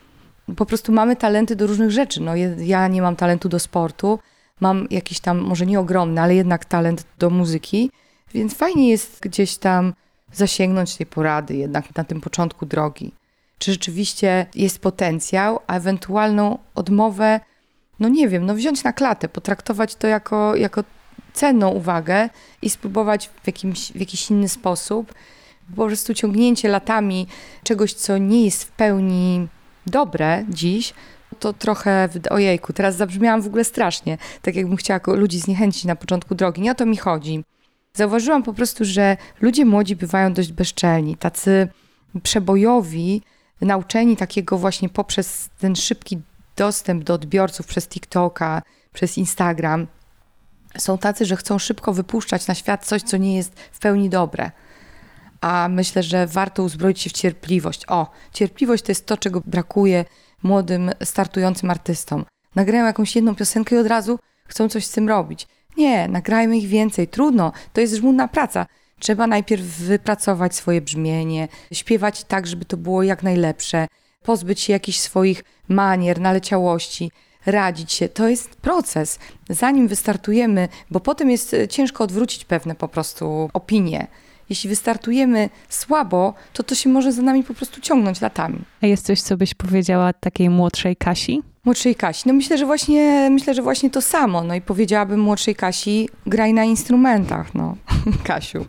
po prostu mamy talenty do różnych rzeczy. No ja nie mam talentu do sportu, mam jakiś tam, może nie ogromny, ale jednak talent do muzyki, więc fajnie jest gdzieś tam zasięgnąć tej porady jednak na tym początku drogi. Czy rzeczywiście jest potencjał, a ewentualną odmowę, no nie wiem, no wziąć na klatę, potraktować to jako, jako cenną uwagę i spróbować w, jakimś, w jakiś inny sposób. Po prostu ciągnięcie latami czegoś, co nie jest w pełni dobre dziś, to trochę, ojejku, teraz zabrzmiałam w ogóle strasznie, tak jakbym chciała ludzi zniechęcić na początku drogi. Nie o to mi chodzi. Zauważyłam po prostu, że ludzie młodzi bywają dość bezczelni, tacy przebojowi, nauczeni takiego właśnie poprzez ten szybki dostęp do odbiorców przez TikToka, przez Instagram. Są tacy, że chcą szybko wypuszczać na świat coś, co nie jest w pełni dobre. A myślę, że warto uzbroić się w cierpliwość. O, cierpliwość to jest to, czego brakuje młodym, startującym artystom. Nagrają jakąś jedną piosenkę i od razu chcą coś z tym robić. Nie, nagrajmy ich więcej. Trudno, to jest żmudna praca. Trzeba najpierw wypracować swoje brzmienie, śpiewać tak, żeby to było jak najlepsze, pozbyć się jakichś swoich manier, naleciałości, radzić się. To jest proces. Zanim wystartujemy, bo potem jest ciężko odwrócić pewne po prostu opinie. Jeśli wystartujemy słabo, to to się może za nami po prostu ciągnąć latami. A jest coś, co byś powiedziała takiej młodszej Kasi? Młodszej Kasi? No myślę, że właśnie, myślę, że właśnie to samo. No i powiedziałabym młodszej Kasi, graj na instrumentach, no. Kasiu.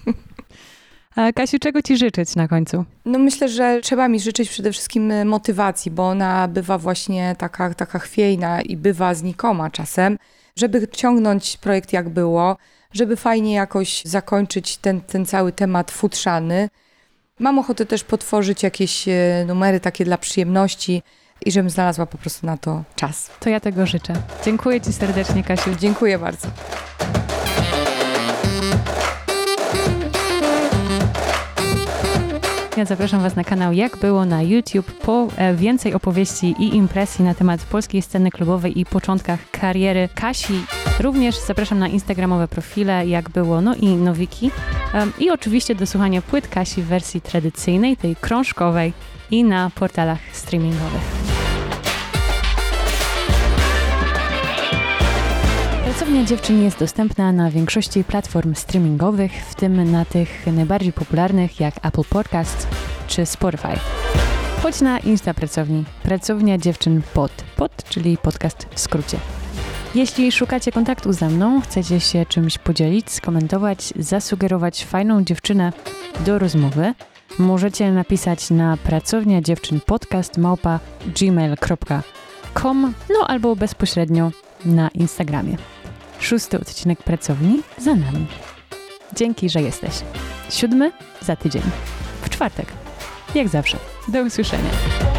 A Kasiu, czego ci życzyć na końcu? No myślę, że trzeba mi życzyć przede wszystkim motywacji, bo ona bywa właśnie taka, taka chwiejna i bywa znikoma czasem, żeby ciągnąć projekt jak było, żeby fajnie jakoś zakończyć ten, ten cały temat futrzany. Mam ochotę też potworzyć jakieś numery takie dla przyjemności i żebym znalazła po prostu na to czas. To ja tego życzę. Dziękuję ci serdecznie, Kasiu. Dziękuję bardzo. Ja zapraszam was na kanał Jak Było na YouTube po więcej opowieści i impresji na temat polskiej sceny klubowej i początkach kariery Kasi. Również zapraszam na instagramowe profile Jak Było, no i Nowiki. Um, I oczywiście do słuchania płyt Kasi w wersji tradycyjnej, tej krążkowej i na portalach streamingowych. Pracownia Dziewczyn jest dostępna na większości platform streamingowych, w tym na tych najbardziej popularnych jak Apple Podcasts czy Spotify. Chodź na Insta Pracowni, Pracownia Dziewczyn Pod, pod, czyli podcast w skrócie. Jeśli szukacie kontaktu ze mną, chcecie się czymś podzielić, skomentować, zasugerować fajną dziewczynę do rozmowy, możecie napisać na pracownia dziewczyn podcast małpa gmail kropka com, no albo bezpośrednio na Instagramie. Szósty odcinek Pracowni za nami. Dzięki, że jesteś. Siódmy za tydzień. W czwartek. Jak zawsze. Do usłyszenia.